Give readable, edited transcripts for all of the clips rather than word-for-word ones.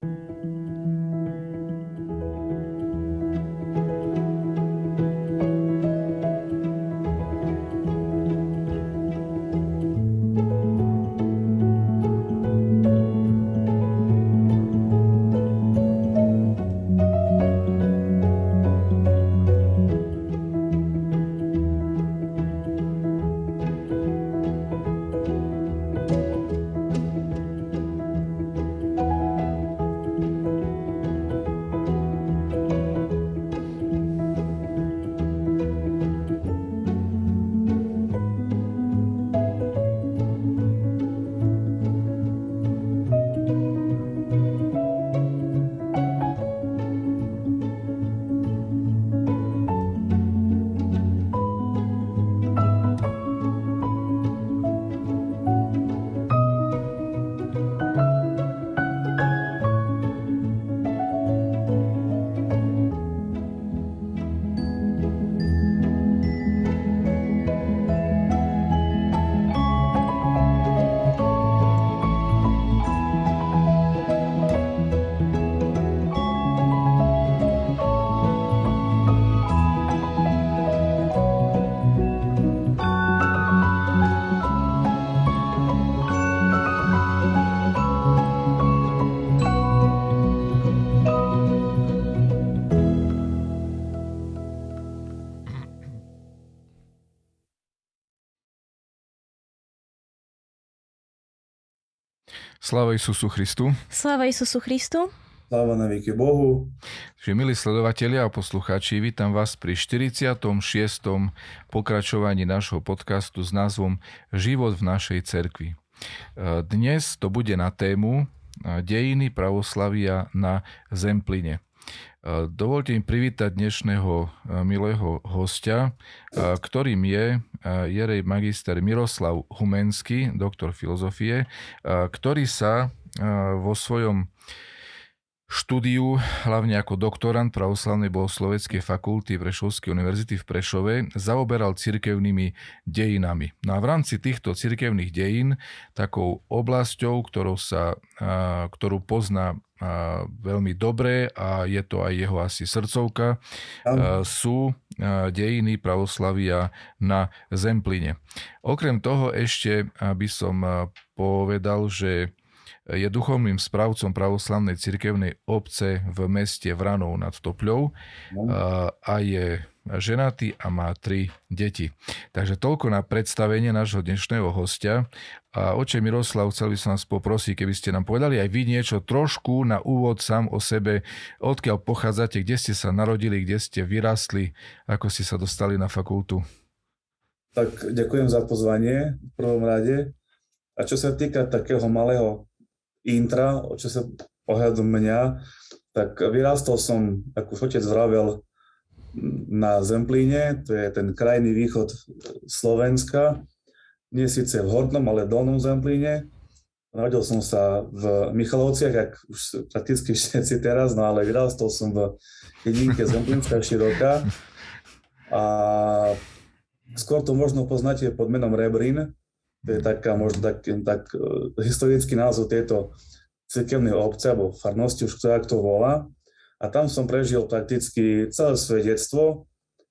Sláva Isusu Christu. Sláva Isusu Christu. Sláva na veky Bohu. Milí sledovatelia a poslucháči, vítam vás pri 46. pokračovaní nášho podcastu s názvom Život v našej cerkvi. Dnes to bude na tému Dejiny pravoslavia na Zempline. Dovolte mi privítať dnešného milého hostia, ktorým je jerej magister Miroslav Humenský, doktor filozofie, ktorý sa vo svojom štúdiu, hlavne ako doktorand Pravoslavnej bohosloveckej fakulty Prešovskej univerzity v Prešove, zaoberal cirkevnými dejinami. No a v rámci týchto cirkevných dejín takou oblasťou, ktorú pozná veľmi dobre a je to aj jeho asi srdcovka, sú dejiny pravoslavia na Zempline. Okrem toho ešte by som povedal, že je duchovným správcom pravoslavnej cirkevnej obce v meste Vranov nad Topľou a je ženatý a má 3 deti. Takže toľko na predstavenie nášho dnešného hostia. A oče Miroslav, chcel by som vás poprosiť, keby ste nám povedali aj vy niečo trošku na úvod sám o sebe, odkiaľ pochádzate, kde ste sa narodili, kde ste vyrastli, ako ste sa dostali na fakultu. Tak ďakujem za pozvanie v prvom rade. A čo sa týka takého malého intra, čo sa ohľadom mňa, tak vyrástol som, ako už otec vravel, na Zemplíne, to je ten krajný východ Slovenska, nie síce v Hornom, ale Dolnom Zemplíne. Narodil som sa v Michalovciach, jak už prakticky všetci teraz, no ale vyrástol som v dedinke Zemplínska Široká a skôr to možno poznáte pod menom Rebrín. To je taká, možno tak historický názov tejto cirkevnej obce, alebo farnosti, už ktorá to volá. A tam som prežil prakticky celé svoje detstvo,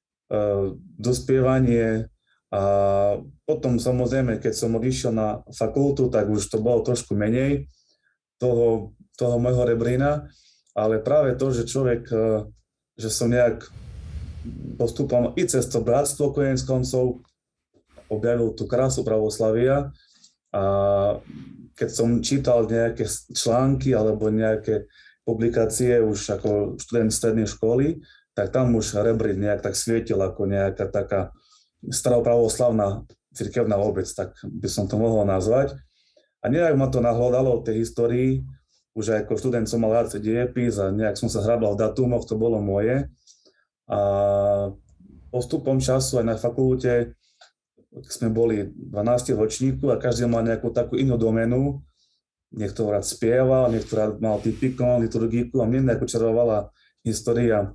dospievanie a potom samozrejme, keď som odišiel na fakultu, tak už to bolo trošku menej toho môjho Rebrína, ale práve to, že človek, že som nejak postupom i cez to bratstvo koniec koncov, objavil tú krásu pravoslavia a keď som čítal nejaké články alebo nejaké publikácie už ako študent strednej školy, tak tam už Rebrín nejak tak svietil ako nejaká taká staropravoslavná cirkevná obec, tak by som to mohol nazvať. A nejak ma to nahľadalo v tej histórii, už ako študent som mal rád dejepis a nejak som sa hrabal v datumoch, to bolo moje. A postupom času aj na fakulte sme boli 12 ročníku a každý mal nejakú takú inú doménu. Niekto rád spieval, niekto rád mal typikon, liturgiku a mne nejako čarovala história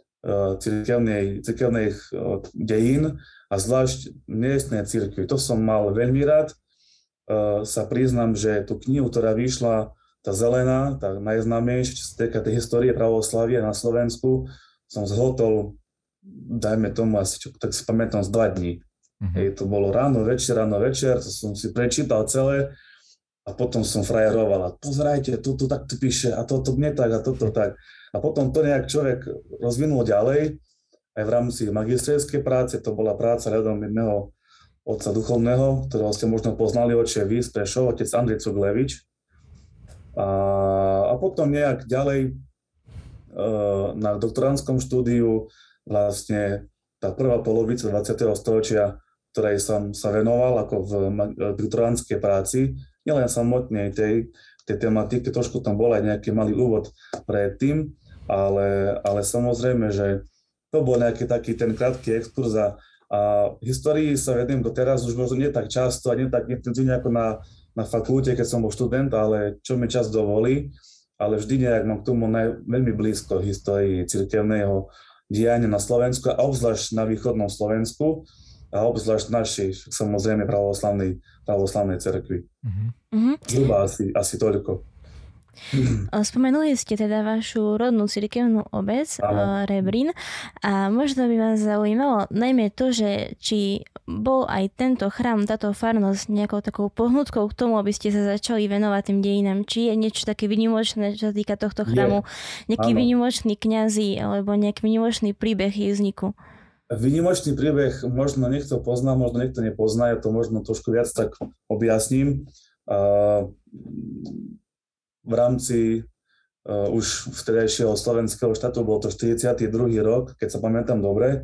cirkevných dejín a zvlášť miestnej cirkvi. To som mal veľmi rád. Sa priznám, že tú knihu, ktorá vyšla tá zelená, tá najznámejšia, čo sa týka tej histórie pravoslavia na Slovensku, som zhotol, dajme tomu asi, čo, tak si pamätám, z 2 dní. To bolo ráno, večer, to som si prečítal celé a potom som frajeroval a pozerajte, tu takto píše a toto nie tak a toto tak. A potom to nejak človek rozvinul ďalej, aj v rámci magisterskej práce, to bola práca ľadom jedného otca duchovného, ktorého ste možno poznali, otče Vís Prešov, otec Andrej Cuglevič. A potom nejak ďalej na doktorandskom štúdiu vlastne tá prvá polovica 20. storočia, ktorej som sa venoval ako v doktorandskej práci, nielen samotnej tej tematike, trošku tam bol aj nejaký malý úvod predtým, ale samozrejme, že to bol nejaký taký ten krátky exkurs a v histórii sa vedem doteraz už možno nie tak často a nie tak intenzívne ako na fakulte, keď som bol študent, ale čo mi čas dovolí, ale vždy nejak mám k tomu veľmi blízko histórii cirkevného diania na Slovensku a obzvlášť na východnom Slovensku a obzvlášť našej, samozrejme, pravoslavnej cerkvi. Zhruba asi toľko. Spomenuli ste teda vašu rodnú cirkevnú obec Rebrín a možno by vás zaujímalo najmä to, že či bol aj tento chrám, táto farnosť nejakou takou pohnutkou k tomu, aby ste sa začali venovať tým dejinám. Či je niečo také výnimočné, čo sa týka tohto chrámu, nejaký výnimočný kňazi alebo nejaký výnimočný príbeh jej vzniku? Výnimočný príbeh možno niekto pozná, možno niekto nepozná, ja to možno trošku viac tak objasním. V rámci už vtedajšieho slovenského štátu, bol to 42. rok, keď sa pamätám dobre,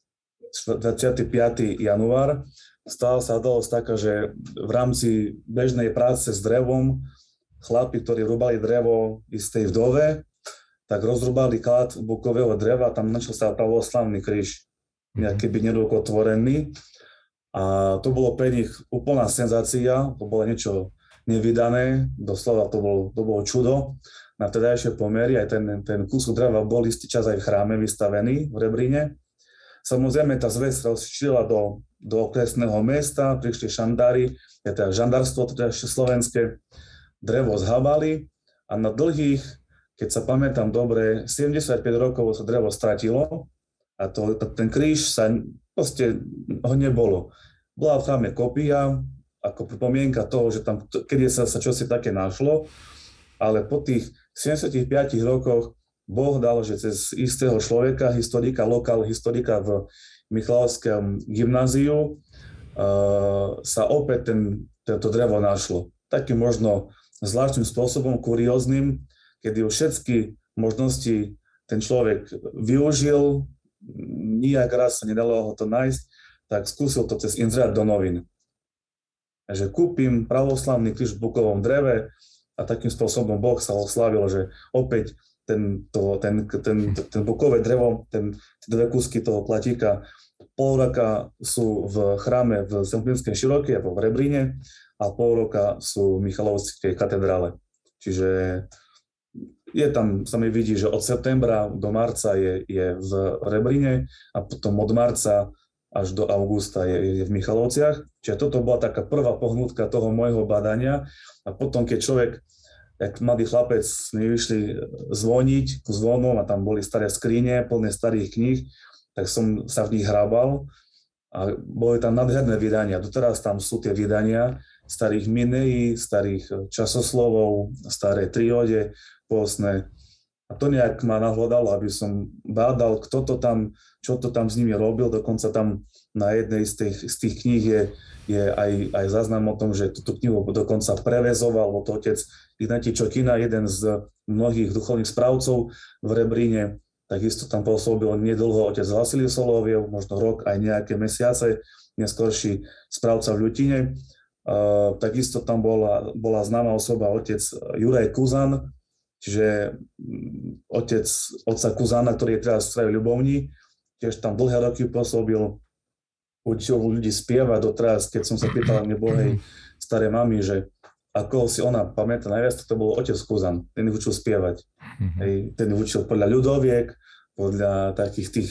25. január, stala sa udalosť taká, že v rámci bežnej práce s drevom chlapi, ktorí rúbali drevo istej vdove, tak rozrúbali klad bukového dreva a tam načal sa pravoslavný kríž, nejaký by nerukotvorený. A to bolo pre nich úplná senzácia, to bolo niečo nevydané, doslova to bolo čudo na tedajšie pomery, aj ten kúsok dreva bol istý čas aj v chráme vystavený v Rebríne. Samozrejme tá zväzť rozšírila do okresného mesta, prišli šandári, teda žandárstvo tedajšie slovenské, drevo zhabali a na dlhých, keď sa pamätám dobre, 75 rokov sa drevo stratilo a ten kríž sa proste ho nebolo. Bola v chráme kopia, ako pripomienka toho, že tam kedy sa čosi také našlo, ale po tých 75 rokoch Boh dal, že cez istého človeka, historika v Michalovskom gymnáziu sa opäť tento drevo našlo. Takým možno zvláštnym spôsobom, kurióznym, kedy už všetky možnosti ten človek využil, nijak raz sa nedalo ho to nájsť, tak skúsil to cez inzerát do novín. Že kúpim pravoslavný kríž v bukovom dreve a takým spôsobom Boh sa oslávil, že opäť ten bukové drevo, tie dve kúsky toho platíka pol roka sú v chráme v Zemplínskej Širokej, alebo v Rebríne, a pol roka sú v Michalovskej katedrále. Čiže je tam, sa mi vidí, že od septembra do marca je v Rebríne a potom od marca až do augusta je v Michalovciach. Čiže toto bola taká prvá pohnutka toho môjho badania. A potom, keď človek, jak mladý chlapec, mi vyšli zvoniť ku zvonom a tam boli staré skrine, plné starých kníh, tak som sa v nich hrábal a boli tam nádherné vydania. Doteraz tam sú tie vydania starých mineí, starých časoslovov, staré trióde, pôstne. A to nejak ma nahlodalo, aby som bádal, kto to tam, čo to tam s nimi robil. Dokonca tam na jednej z tých kníh je aj záznam o tom, že túto knihu dokonca prevezoval, bol to otec Ignatí Čokina, jeden z mnohých duchovných správcov v Rebríne. Takisto tam pôsobil nedlho otec Vasilij Soloviev, možno rok aj nejaké mesiace, neskorší správca v Ľutine. Takisto tam bola známa osoba otec Juraj Kuzan, čiže otec otca Kuzana, ktorý je teraz v Ľubovni, tiež tam dlhé roky pôsobil, učil ľudí spievať doteraz, keď som sa pýtal nebohej starej mamy, že ako si ona pamätá najviac, to bol otec Kuzan, ten ich učil spievať. Ten ich učil podľa ľudoviek, podľa takých tých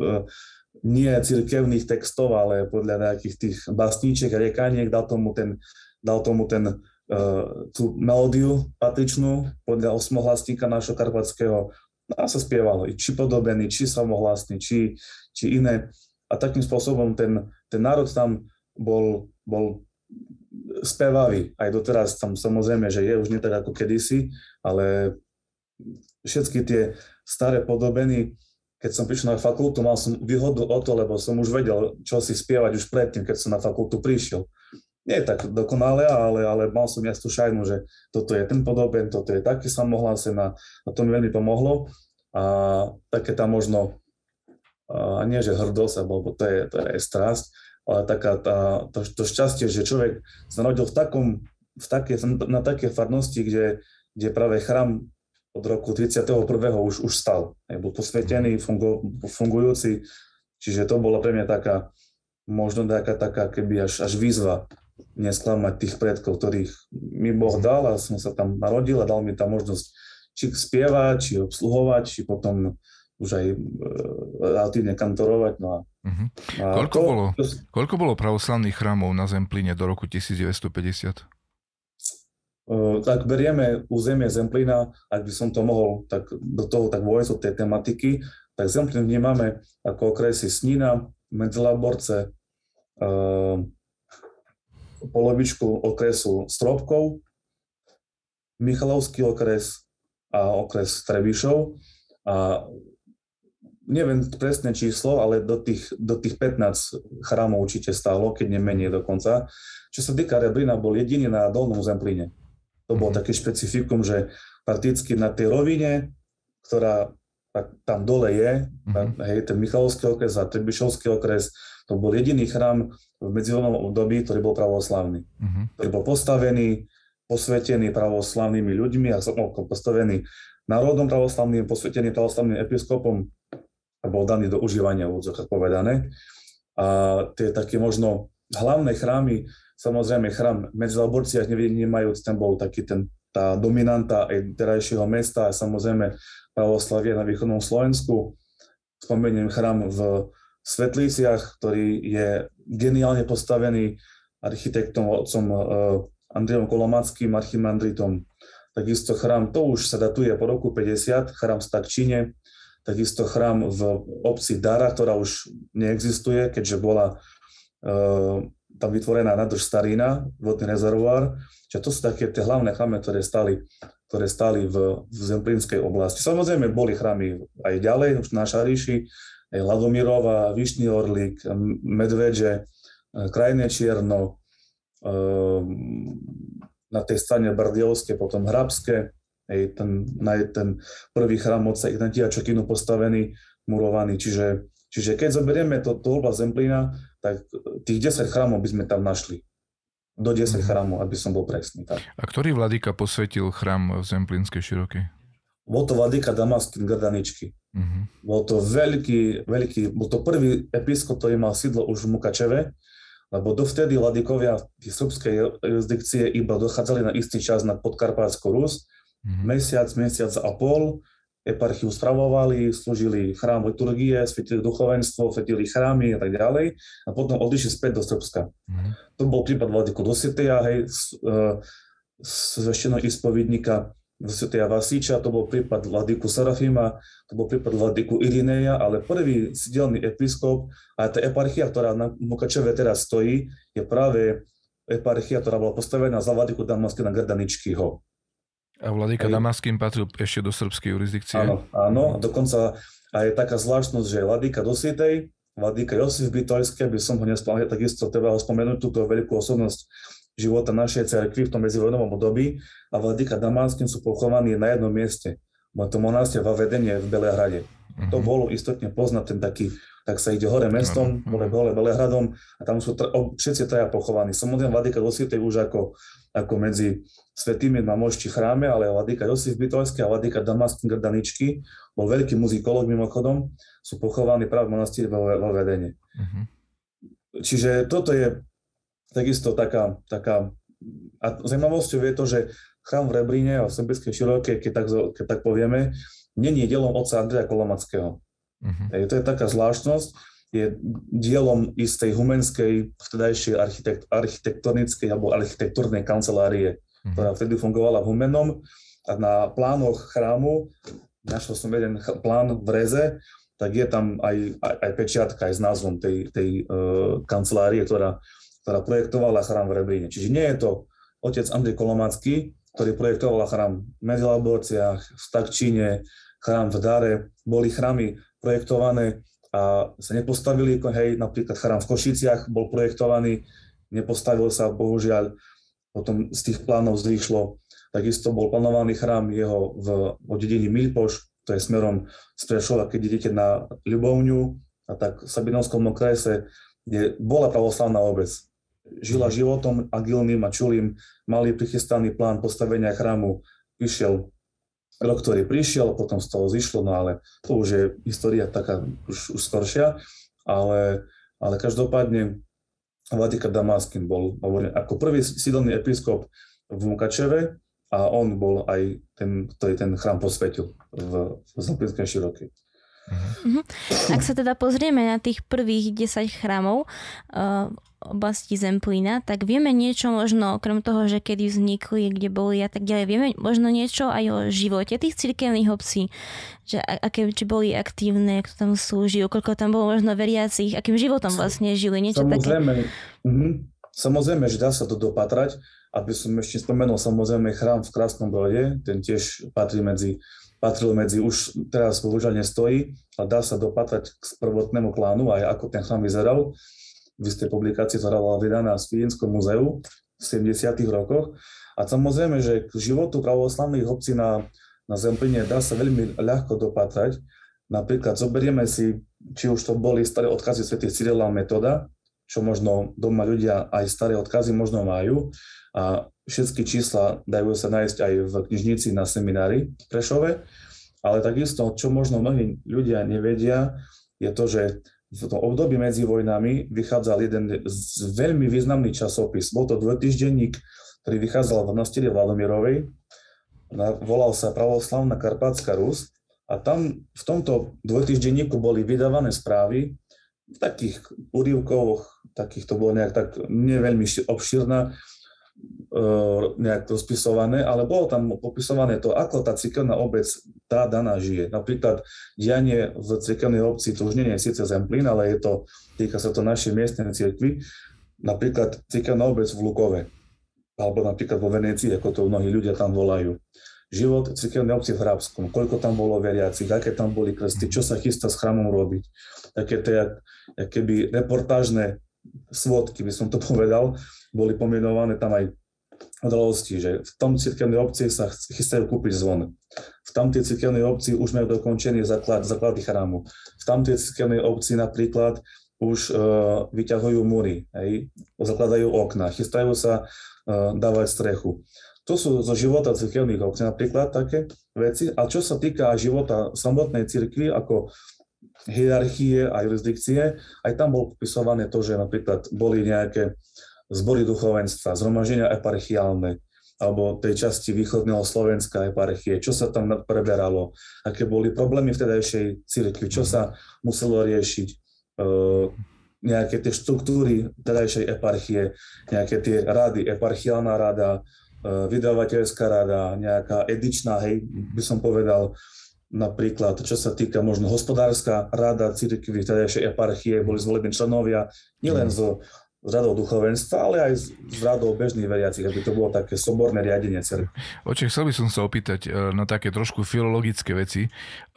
nie cirkevných textov, ale podľa nejakých tých básničiek a riekaniek, dal tomu ten tú melódiu patričnú podľa osmohlasníka nášho karpatského a sa spievalo. Či podobený, či samohlasný, či iné. A takým spôsobom ten národ tam bol spevavý. Aj doteraz tam samozrejme, že je už nie tak ako kedysi, ale všetky tie staré podobeny, keď som prišiel na fakultu, mal som výhodu o to, lebo som už vedel, čo si spievať už predtým, keď som na fakultu prišiel. Nie je tak dokonale, ale mal som jasnú šajnu, že toto je ten podoben, toto je taký samohlásen a to mi veľmi pomohlo. A také tam možno, a nie že hrdosť, lebo to je strásť, ale to šťastie, že človek sa narodil na také farnosti, kde práve chrám od roku 31. už stal. Bol posvetený, fungujúci, čiže to bola pre mňa taká, možno taká keby až výzva nesklamať tých predkov, ktorých mi Boh dal a som sa tam narodil a dal mi tam možnosť či spievať, či obsluhovať, či potom už aj relatívne kantorovať. No a koľko bolo pravoslavných chrámov na Zemplíne do roku 1950? Tak berieme územie Zemplína, ak by som to mohol tak do toho tak vojsť od tej tematiky, tak Zemplín vnímame ako okresy Snina, Medzilaborce, polovičku okresu Stropkov, Michalovský okres a okres Trebišov. A neviem presné číslo, ale do tých 15 chrámov určite stálo, keď nemenej dokonca. Čo sa týka Rebrína, bol jediný na Dolnom Zemplíne. To bolo také špecifikum, že prakticky na tej rovine, ktorá tam dole je, ten Michalovský okres a Trebišovský okres, to bol jediný chrám v medzivojnovom období, ktorý bol pravoslavný. Ktorý bol postavený, posvetený pravoslavnými ľuďmi a postavený národom pravoslavným, posvetený pravoslavným episkopom a bol daný do užívania, úvodzovkách povedané. A tie také možno hlavné chrámy, samozrejme chrám Medzilaborciach nevnímajúc, ten bol taký tá dominanta aj terajšieho mesta a samozrejme pravoslavie na východnom Slovensku. Spomeniem chrám v Svetliciach, ktorý je geniálne postavený architektom otcom Andrejom Kolomackým, archimandritom. Takisto chrám, to už sa datuje po roku 50, chrám v Stakčine, takisto chrám v obci Dara, ktorá už neexistuje, keďže bola tam vytvorená nádrž Starína, vodný rezervoár. Čiže to sú také tie hlavné chrámy, ktoré stáli v Zemplínskej oblasti. Samozrejme boli chrámy aj ďalej, už na Šariši, aj Ladomírova, Vyšný Orlík, Medvedže, Krajné Čierno, na tej strane Bardiovské, potom Hrabské, ten prvý chrám otca Ignatia Čokinu postavený, murovaný. Čiže keď zoberieme tú oblasť Zemplína, tak tých 10 chrámov by sme tam našli. Do 10 chrámov, aby som bol presný. Tak. A ktorý vladyka posvetil chrám v Zemplínskej Širokej? Bol to vladyka Damaskín Grdaničky. Bol to bol to prvý episkop, ktorý mal sídlo už v Mukačeve, lebo dovtedy vladykovia tí srbskej jurisdikcie iba dochádzali na istý čas na Podkarpátsku Rus, mesiac a pol, eparchiu spravovali, slúžili chrám liturgie, svetili duchovenstvo, svetili chrámy a tak ďalej a potom odišli späť do Srbska. To bol prípad vladyku Dositeja, svešteného ispovedníka Dositeja Vasíča, to bol prípad vladyku Serafima, to bol prípad vladyku Irineja, ale prvý sídelný episkop a tá eparchia, ktorá na Mukačeve teraz stojí, je práve eparchia, ktorá bola postavená za vladyku Damaskína Grdaničkyho. A vladyka Damaskín patril ešte do srbskej jurisdikcie? Áno, a dokonca aj taká zvláštnosť, že vladyka Dositej, vladyka Josif Bytojský, aby som ho nespomínal, takisto treba ho spomenúť túto veľkú osobnosť života našej cerkvi v tom medzivojnovom období a vladyka Damaskín sú pochovaní na jednom mieste. Bolo to monastier Vavedenie v Belehrade. To bolo istotne poznať ten taký, tak sa ide hore mestom, hore Belehradom a tam sú všetci traja pochovaní. Samozrejme vladyka Dositej už ako medzi svätými na Mošti chráme, ale vladyka Josif Bytojský a vladyka Damaskín Grdaničky, bol veľký muzikológ mimochodom, sú pochovaní práve v monastieri vo Vedenie. Čiže toto je takisto taká a zaujímavosťou je to, že chrám v Rebríne a v Zemplínskej Širokej, keď tak povieme, není dielom otca Andreja Kolomackého. To je taká zvláštnosť, je dielom istej humenskej, vtedajšej architektonickej alebo architektúrnej kancelárie ktorá vtedy fungovala v Humennom. A na plánoch chrámu, našiel som jeden plán v Reze, tak je tam aj pečiatka aj s názvom tej kancelárie, ktorá projektovala chrám v Rebríne. Čiže nie je to otec Andrej Kolomacký, ktorý projektoval chrám v Medzilaborciach, v Stakčíne, chrám v Dare. Boli chrámy projektované a sa nepostavili, napríklad chrám v Košiciach bol projektovaný, nepostavil sa, bohužiaľ, potom z tých plánov zvyšlo. Takisto bol plánovaný chrám jeho od dediny Milpoš, to je smerom z Prešova, keď idete na Ľubovňu, a tak v Sabinovskom okrese, kde bola pravoslavná obec. Žila životom agilným a čulým, mali prichystaný plán postavenia chrámu, prišiel rok, ktorý prišiel, potom z toho zišlo, no ale to už je história taká už skoršia, ale každopádne Vladika Damaskín bol ako prvý sídelný episkop v Mukačeve a on bol aj ten, ktorý ten chrám posvetil v Zemplínskej Širokej. Ak sa teda pozrieme na tých prvých 10 chrámov oblasti Zemplína, tak vieme niečo možno, okrem toho, že kedy vznikli, kde boli a tak ďalej, vieme možno niečo aj o živote tých cirkevných obcí, že či boli aktívne, kto tam slúžil, koľko tam bolo možno veriacich, akým životom vlastne žili, niečo samozrejme, také. Samozrejme, že dá sa to dopatrať, aby som ešte spomenul samozrejme chrám v Krásnom Brode, ten tiež patril medzi, už teraz bohužiaľ nestojí, ale dá sa dopatrať k prvotnému plánu aj ako ten chrám vyzeral. V istej publikácii, ktorá bola vydaná v Spienskom múzeu v 70. rokoch. A samozrejme, že k životu pravoslavných obcí na Zemplíne dá sa veľmi ľahko dopatrať. Napríklad zoberieme si, či už to boli staré odkazy svätých Cyrila a Metoda, čo možno doma ľudia aj staré odkazy možno majú. A všetky čísla dajú sa nájsť aj v knižnici na seminári v Prešove. Ale takisto, čo možno mnohí ľudia nevedia, je to, že v tom období medzi vojnami vychádzal jeden veľmi významný časopis. Bol to dvojtýždenník, ktorý vychádzal v Nastile Vladomirovej. Volal sa Pravoslavná Karpátska Rus. A tam v tomto dvojtýždenníku boli vydávané správy v takých úryvkoch, takých to bolo nejak tak neveľmi obšírna, nejak rozpisované, ale bolo tam popisované to, ako tá cirkevná obec tá daná žije. Napríklad dianie v cirkevnej obci, to už nie je síce Zemplín, ale týka sa to našej miestnej cirkvi, napríklad cirkevná obec v Lukove, alebo napríklad vo Venécii, ako to mnohí ľudia tam volajú. Život cirkevnej obci v Hrabskom, koľko tam bolo veriacich, aké tam boli krsty, čo sa chystá s chrámom robiť. Také to keby reportážne svodky, by som to povedal, boli pomenované tam aj udalosti, že v tom cirkevnej obci sa chystajú kúpiť zvon. V tamtej cirkevnej obci už majú dokončený základy chrámu. V tamtej cirkevnej obci napríklad už vyťahujú múry, zakladajú okna, chystajú sa dávať strechu. To sú zo života cirkevných obcí napríklad také veci. A čo sa týka života samotnej cirkvi, ako hierarchie a jurisdikcie, aj tam bolo popisované to, že napríklad boli nejaké zbory duchovenstva, zhromaždenia eparchiálne, alebo tej časti východného Slovenska eparchie, čo sa tam preberalo, aké boli problémy vtedajšej cirkvi, čo sa muselo riešiť, nejaké tie štruktúry vtedajšej eparchie, nejaké tie rady, eparchiálna rada, vydavateľská rada, nejaká edičná, by som povedal, napríklad, čo sa týka možno hospodárska rada cirkvi vtedajšej eparchie, boli zvolení členovia nielen z radou duchovenstva, ale aj z radou bežných veriacich, aby to bolo také soborné riadenie cirkvi. Oče, chcel by som sa opýtať na také trošku filologické veci.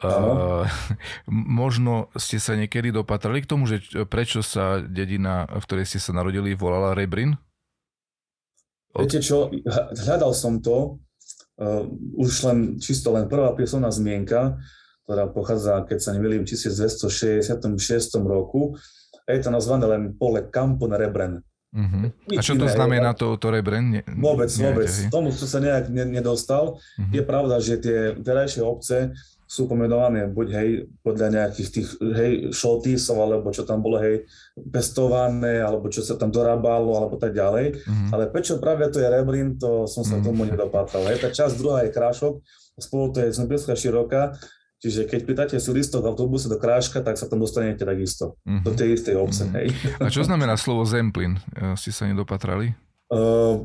Možno ste sa niekedy dopatrali k tomu, že prečo sa dedina, v ktorej ste sa narodili, volala Rebrín? Viete čo, hľadal som to, už čisto len prvá písomná zmienka, ktorá pochádza, keď sa nemýlim, v 1266 roku. Je to nazvané len pole Kampun Rebren. Uh-huh. A čo to znamená to Rebren? Vôbec. Tomu som sa nejak nedostal. Je pravda, že tie terajšie obce sú pomenované buď podľa nejakých tých šoltísov, alebo čo tam bolo pestované, alebo čo sa tam dorábalo, alebo tak ďalej. Ale prečo práve to je Rebrín, to som sa tomu nedopátral. Tá časť druhá je Krášok, spolu to je Zemplínska Široká, čiže keď pýtate si listok v autobuse do Kráška, tak sa tam dostanete takisto do tej istej obce. A čo znamená slovo Zemplín? Ste sa nedopatrali?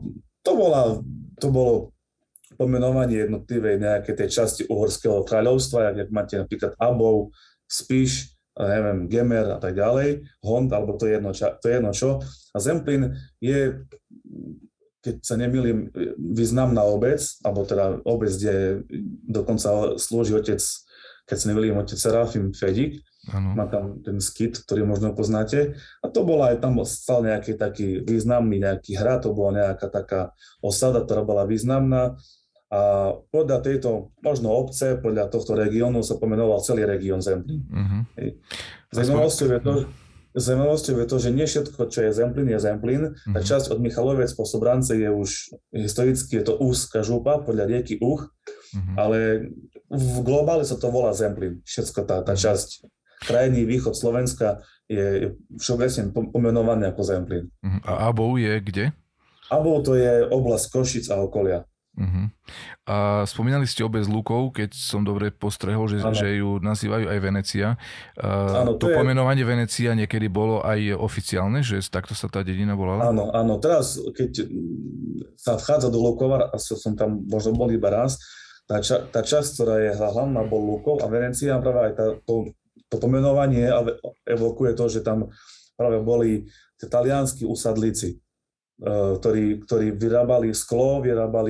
To bolo pomenovanie jednotlivej nejakej tej časti Uhorského kráľovstva, jak máte napríklad Abov, Spiš, neviem, Gemer a tak ďalej, Hont, alebo to je jedno čo. A Zemplín je, keď sa nemýlim, významná obec, alebo teda obec, kde dokonca slúži otec, keď sa nemýlim, otec Serafim Fedik. Ano. Má tam ten skyt, ktorý možno poznáte. A to bola aj tam stal nejaký taký významný nejaký hrad, to bola nejaká taká osada, ktorá bola významná. A podľa tejto možno obce, podľa tohto regiónu sa pomenoval celý región Zemplín. Uh-huh. Zaujímavosťou je to, že nie všetko, čo je Zemplín, je Zemplín. Uh-huh. Tá časť od Michalovec po Sobrance je už historicky, je to úzka župa podľa rieky ale v globále sa to volá Zemplín. Všetko tá časť. Krajný východ Slovenska je všeobecne pomenovaný ako Zemplín. A Abov je kde? Abov to je oblasť Košic a okolia. A spomínali ste obec Lukov, keď som dobre postrehol, že ju nazývajú aj Venecia. To pomenovanie Venecia niekedy bolo aj oficiálne, že takto sa tá dedina volala? Áno. Teraz, keď sa vchádza do Lukova, a som tam možno bol iba raz, tá časť, ktorá je hlavná, bol Lukov a Venecia, práve aj to pomenovanie evokuje to, že tam práve boli talianskí usadlíci, ktorí vyrábali sklo,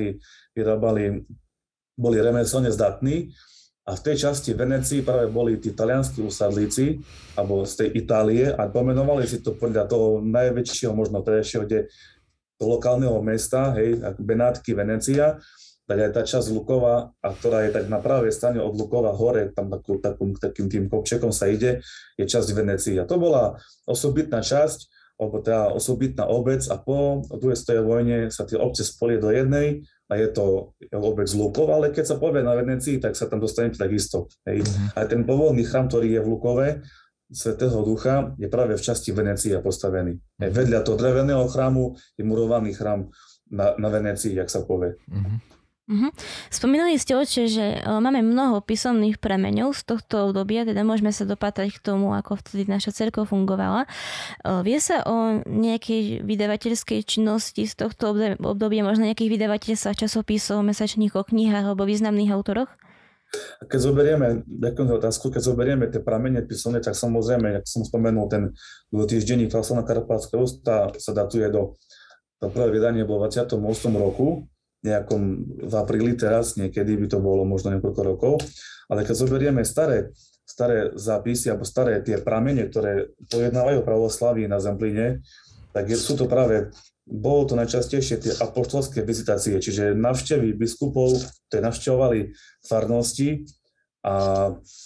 boli remeselne zdatní a v tej časti Venecii práve boli tí talianskí usadlíci alebo z tej Itálie a pomenovali si to podľa toho najväčšieho možno terejšieho, do lokálneho mesta, ako Benátky, Venecia, tak aj tá časť Lukova, a ktorá je tak na pravej strane od Lukova hore, tam takým tým kopčekom sa ide, je časť Venecia. To bola osobitná časť, alebo teda osobitná obec a po druhej svetovej vojne sa tie obce spojili do jednej a je to obec Lukov, ale keď sa povie na Venecii, tak sa tam dostanete takisto. A ten pôvodný chrám, ktorý je v Lukove, Svätého Ducha, je práve v časti Venecia postavený. Vedľa toho dreveného chrámu je murovaný chrám na Venecii, jak sa povie. Spomínali ste, oče, že máme mnoho písomných prameňov z tohto obdobia, teda môžeme sa dopatrať k tomu, ako vtedy naša cirkev fungovala. Vie sa o nejakej vydavateľskej činnosti z tohto obdobia, možno nejakých vydavateľstvách, časopisov, mesačníkov, knihách alebo významných autoroch? Keď zoberieme, ďakujem za otázku, keď zoberieme tie pramene písomné, tak samozrejme, jak som spomenul, ten týždenník Pravoslavná Karpátska ústa sa datuje to prvé vydanie bolo v 28. roku, nejakom v apríli teraz, niekedy by to bolo možno niekoľko rokov, ale keď zoberieme staré zápisy alebo staré tie pramene, ktoré pojednávajú pravoslavy na Zemplíne, tak sú to práve, bolo to najčastejšie tie apoštolské vizitácie, čiže navštevy biskupov, ktoré navštevovali farnosti a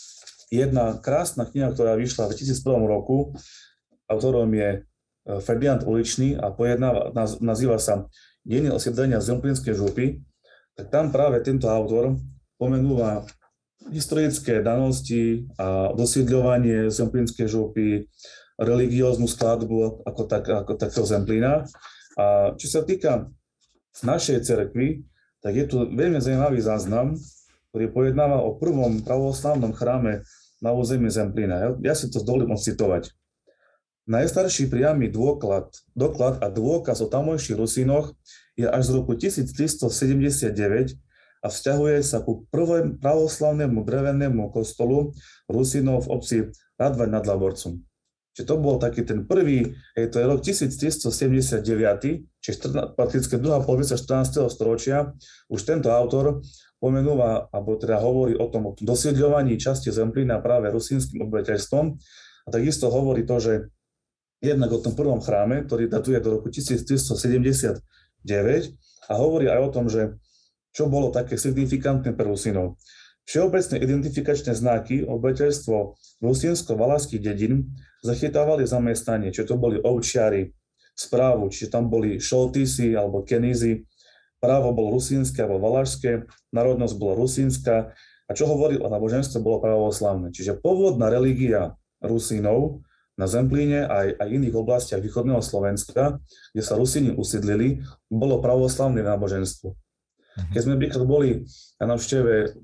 jedna krásna kniha, ktorá vyšla v 2001 roku, autorom je Ferdinand Uličný a nazýva sa Dejiny osídlenia Zemplínskej župy, tak tam práve tento autor pomenúva historické danosti a dosídľovanie Zemplínskej župy, religióznu skladbu ako takého Zemplína. A čo sa týka našej cerkvi, tak je tu veľmi zaujímavý záznam, ktorý pojednáva o prvom pravoslavnom chráme na území Zemplína. Ja si to dovolím ocitovať. Najstarší priamy doklad a dôkaz o tamojších Rusínoch je až z roku 1379 a vzťahuje sa ku prvému pravoslavnému drevenému kostolu Rusínov v obci Radvaň nad Laborcom. Čiže to bol taký ten prvý, to je rok 1379, čiže prakticky druhá polovica 14. storočia, už tento autor pomenúva, alebo teda hovorí o tom dosídľovaní časti Zemplína práve rusínskym obyvateľstvom a takisto hovorí to, že jednak o tom prvom chráme, ktorý datuje do roku 1379 a hovorí aj o tom, že čo bolo také signifikantné pre Rusínov. Všeobecné identifikačné znaky obyvateľstvo rusínsko-valašských dedín zachytávali zamestnanie, čiže to boli ovčiari, správu, čiže tam boli šoltísi alebo kenízy, právo bolo rusínske alebo valašské, národnosť bola rusínska a čo hovorí o náboženstve bolo pravoslavné. Čiže pôvodná religia Rusínov na Zemplíne aj iných oblastiach východného Slovenska, kde sa Rusíni usídlili, bolo pravoslavné náboženstvo. Keď sme napríklad boli na návšteve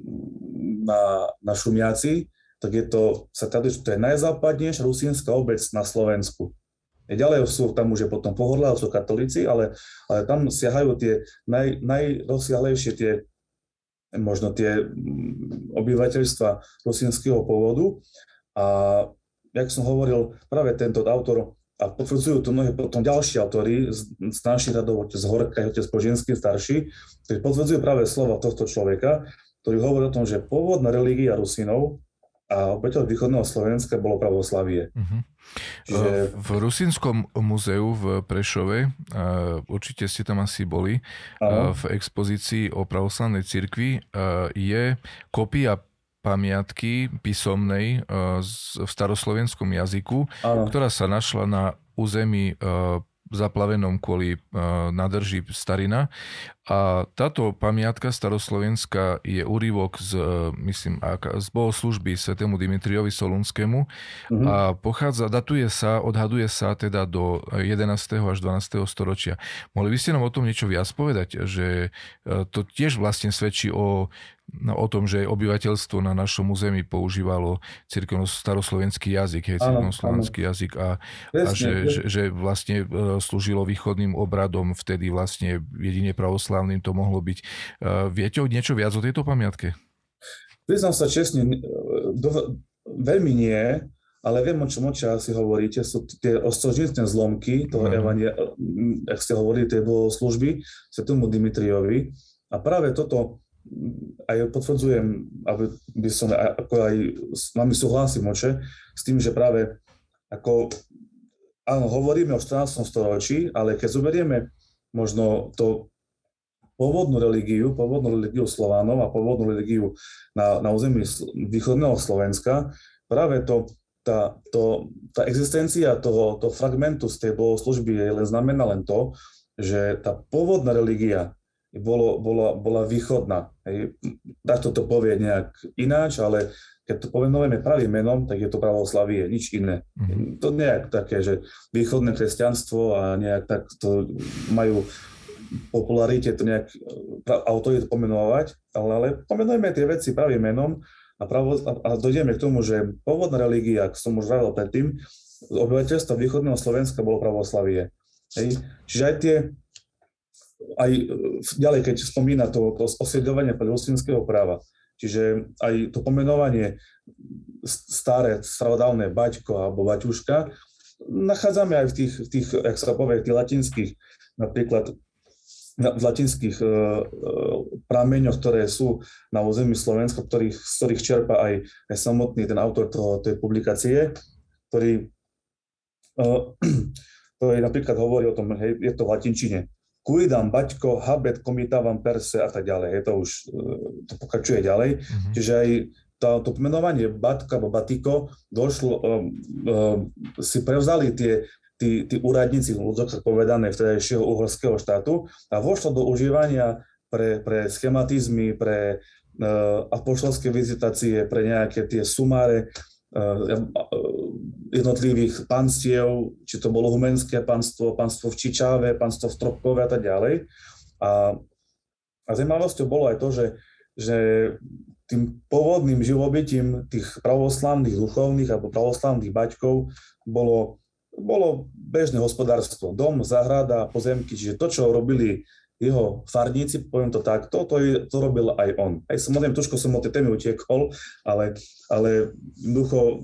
na Šumiaci, tak to je najzápadnejšia rusínska obec na Slovensku. Ďalej sú tam už je potom pohodlá, sú katolíci, ale tam siahajú tie najrozsiahlejšie možno tie obyvateľstva rusínskeho pôvodu. A jak som hovoril, práve tento autor, a potvrdzujú to mnohé potom ďalší autori z našich radov, otec Horka, otec Poženský starší, ktorí potvrdzujú práve slova tohto človeka, ktorý hovorí o tom, že pôvodná religia Rusínov a obyvateľov východného Slovenska bolo pravoslavie. Uh-huh. Čiže... V Rusínskom muzeu v Prešove, určite ste tam asi boli, v expozícii o pravoslavnej cirkvi je kopia pamiatky písomnej v staroslovenskom jazyku, ktorá sa našla na území zaplavenom kvôli nádrži Starina. A táto pamiatka staroslovenská je úryvok z bohoslúžby svätému Dimitriovi Solunskému a odhaduje sa teda do 11. až 12. storočia. Mohli by ste nám o tom niečo viac povedať, že to tiež vlastne svedčí o tom, že obyvateľstvo na našom území používalo cirkevno-staroslovenský jazyk, cirkevno-slovenský jazyk a že vlastne slúžilo východným obradom, vtedy vlastne jedine pravoslavným to mohlo byť. Viete niečo viac o tejto pamiatke? Priznám sa čestne, veľmi nie, ale viem, o čom asi hovoríte, sú tie ostrožitné zlomky toho evangelia, ak ste hovorili, tej bohoslúžby svätému Dimitriovi. A práve toto aj potvrdzujem, aby som ako aj s vami súhlasím, oče, s tým, že práve áno, hovoríme o 14. storočí, ale keď zoberieme možno to pôvodnú religiu Slovanov a pôvodnú religiu na území východného Slovenska, práve tá existencia toho fragmentu z tej bohoslúžby znamená len to, že tá pôvodná religia bola východná. Takto to povie nejak ináč, ale keď to pomenujeme pravým menom, tak je to pravoslavie, nič iné. To nejak také, že východné kresťanstvo a nejak tak to majú popularite to nejak autori to pomenovať, ale pomenujeme tie veci pravým menom a dojdeme k tomu, že pôvodná religia, ako som už vravil predtým, obyvateľstva východného Slovenska bolo pravoslavie. Čiže aj ďalej, keď spomína to osvedľovanie rusínskeho práva, čiže aj to pomenovanie staré, starodávne baťko alebo baťuška, nachádzame aj v tých jak sa povie, tých latinských, napríklad v latinských prameňoch, ktoré sú na území Slovenska, z ktorých čerpa aj samotný ten autor tej publikácie, ktorý napríklad hovorí o tom, hej, je to v latinčine. Cuidam baťko, habet comitavam perse a tak ďalej. Je to už, to pokračuje ďalej. Čiže aj to pomenovanie batka alebo batiko došlo, si prevzali tí úradníci, ľudsky povedané, vtedajšieho uhorského štátu a vošlo do užívania pre schematizmy, pre apoštolské vizitácie, pre nejaké tie sumáre jednotlivých panstiev, či to bolo humenské panstvo v Čičáve, panstvo v Stropkove a tak ďalej. A zaujímavosťou bolo aj to, že tým pôvodným živobytím tých pravoslavných duchovných alebo pravoslavných baťkov bolo bežné hospodárstvo, dom, záhrada, pozemky, čiže to, čo robili jeho farníci, poviem to takto, to robil aj on. Aj samozrejme, trošku som od tej témy utiekol, ale jednoducho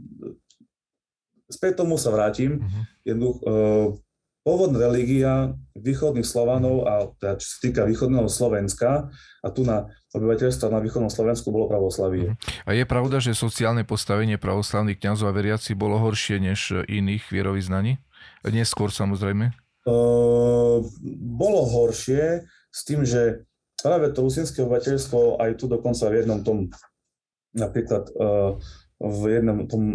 späť tomu sa vrátim. Pôvodná religia východných Slovanov a teda, čo sa týka východného Slovenska a tu na obyvateľstva na východnom Slovensku bolo pravoslavie. A je pravda, že sociálne postavenie pravoslavných kňazov a veriaci bolo horšie než iných vierovyznaní? Neskôr samozrejme? Bolo horšie s tým, že práve to rusínske obyvateľstvo aj tu dokonca v jednom tom napríklad v jednom tom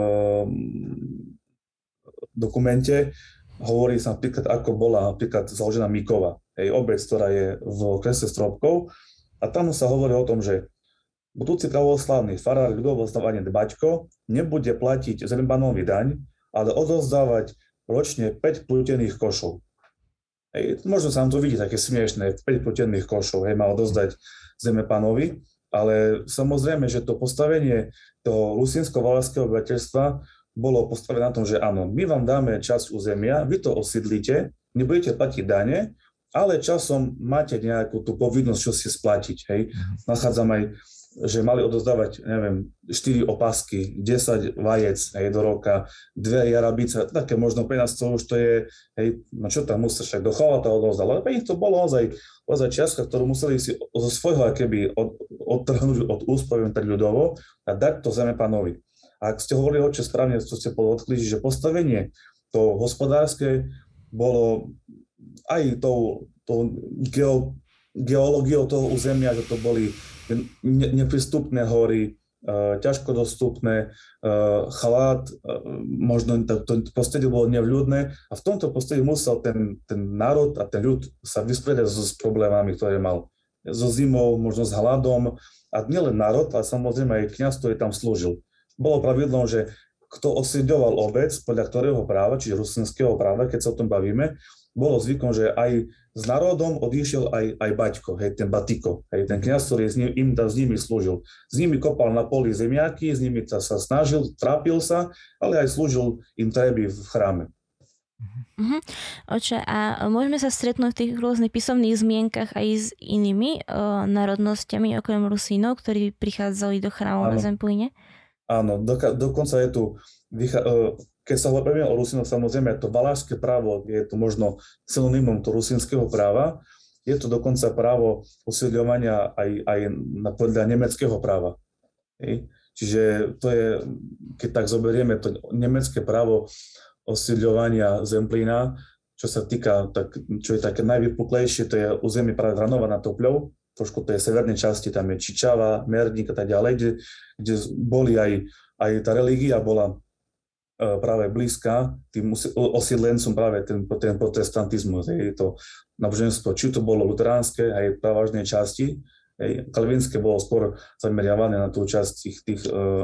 dokumente hovorí sa napríklad, ako bola napríklad založená Mikova, obec, ktorá je v okrese Stropkov, a tam sa hovorí o tom, že budúci pravoslavný farár ľudovoznávanie Baťko nebude platiť zembanový daň, ale odovzdávať ročne 5 plútených košov. Možno sa nám to vidí také smiešné, 5 plútených košov má odozdať zemepanovi, ale samozrejme, že to postavenie toho rusínsko-valašského obyvateľstva bolo postavené na tom, že áno, my vám dáme časť územia, vy to osídlite, nebudete platiť dane, ale časom máte nejakú tú povinnosť, čo si splatiť. Hej. Nachádzam aj, že mali odozdávať, neviem, 4 opasky, 10 vajec, hej, do roka, 2 jarabice, také možno peniazcov, už to je, hej, no čo tam musíš, však do chalata odozdať, ale pre nich to bolo ozaj čiastka, ktorú museli si zo svojho akéby odtrhnúť od úspevy tak ľudovo a dať to zeme pánovi. A ak ste hovorili, oče, správne, čo ste podotkli, že postavenie to hospodárske bolo aj tou geológiou toho územia, že to boli neprístupné hory, ťažko dostupné, chalát, možno to prostredie bolo nevľudné a v tomto prostredí musel ten národ a ten ľud sa vysporiadať s problémami, ktoré mal. So zimou, možno s hladom a nielen národ, ale samozrejme aj kňaz, ktorý tam slúžil. Bolo pravidlom, že kto osídľoval obec, podľa ktorého práva, čiže rusinského práva, keď sa o tom bavíme, bolo zvykom, že aj s národom odišiel aj baťko, hej, ten batiko, hej, ten kňaz, ktorý s nimi slúžil. S nimi kopal na poli zemiaky, s nimi sa snažil, trápil sa, ale aj slúžil im treby v chráme. Oče, a môžeme sa stretnúť v tých rôznych písomných zmienkach aj s inými národnosťami, okrem Rusínov, ktorí prichádzali do chrámu na Zemplíne? Áno, dokonca je tu, keď sa hovoríme o Rusínoch, samozrejme to valašské právo je to možno synonymom to rusínskeho práva, je to dokonca právo usídľovania aj podľa nemeckého práva. Čiže to je, keď tak zoberieme to nemecké právo osídľovania Zemplína, čo sa týka, čo je také najvypuklejšie, to je územie práve Vranova nad Topľou, trošku tej severnej časti, tam je Čičava, Merník a tak ďalej, kde boli aj tá religia bola práve blízka tým osídlencom práve ten protestantizmus. Je to náboženstvo, či to bolo luteránske, aj prevažnej časti, kalvinské bolo skôr zameriavané na tú časť tých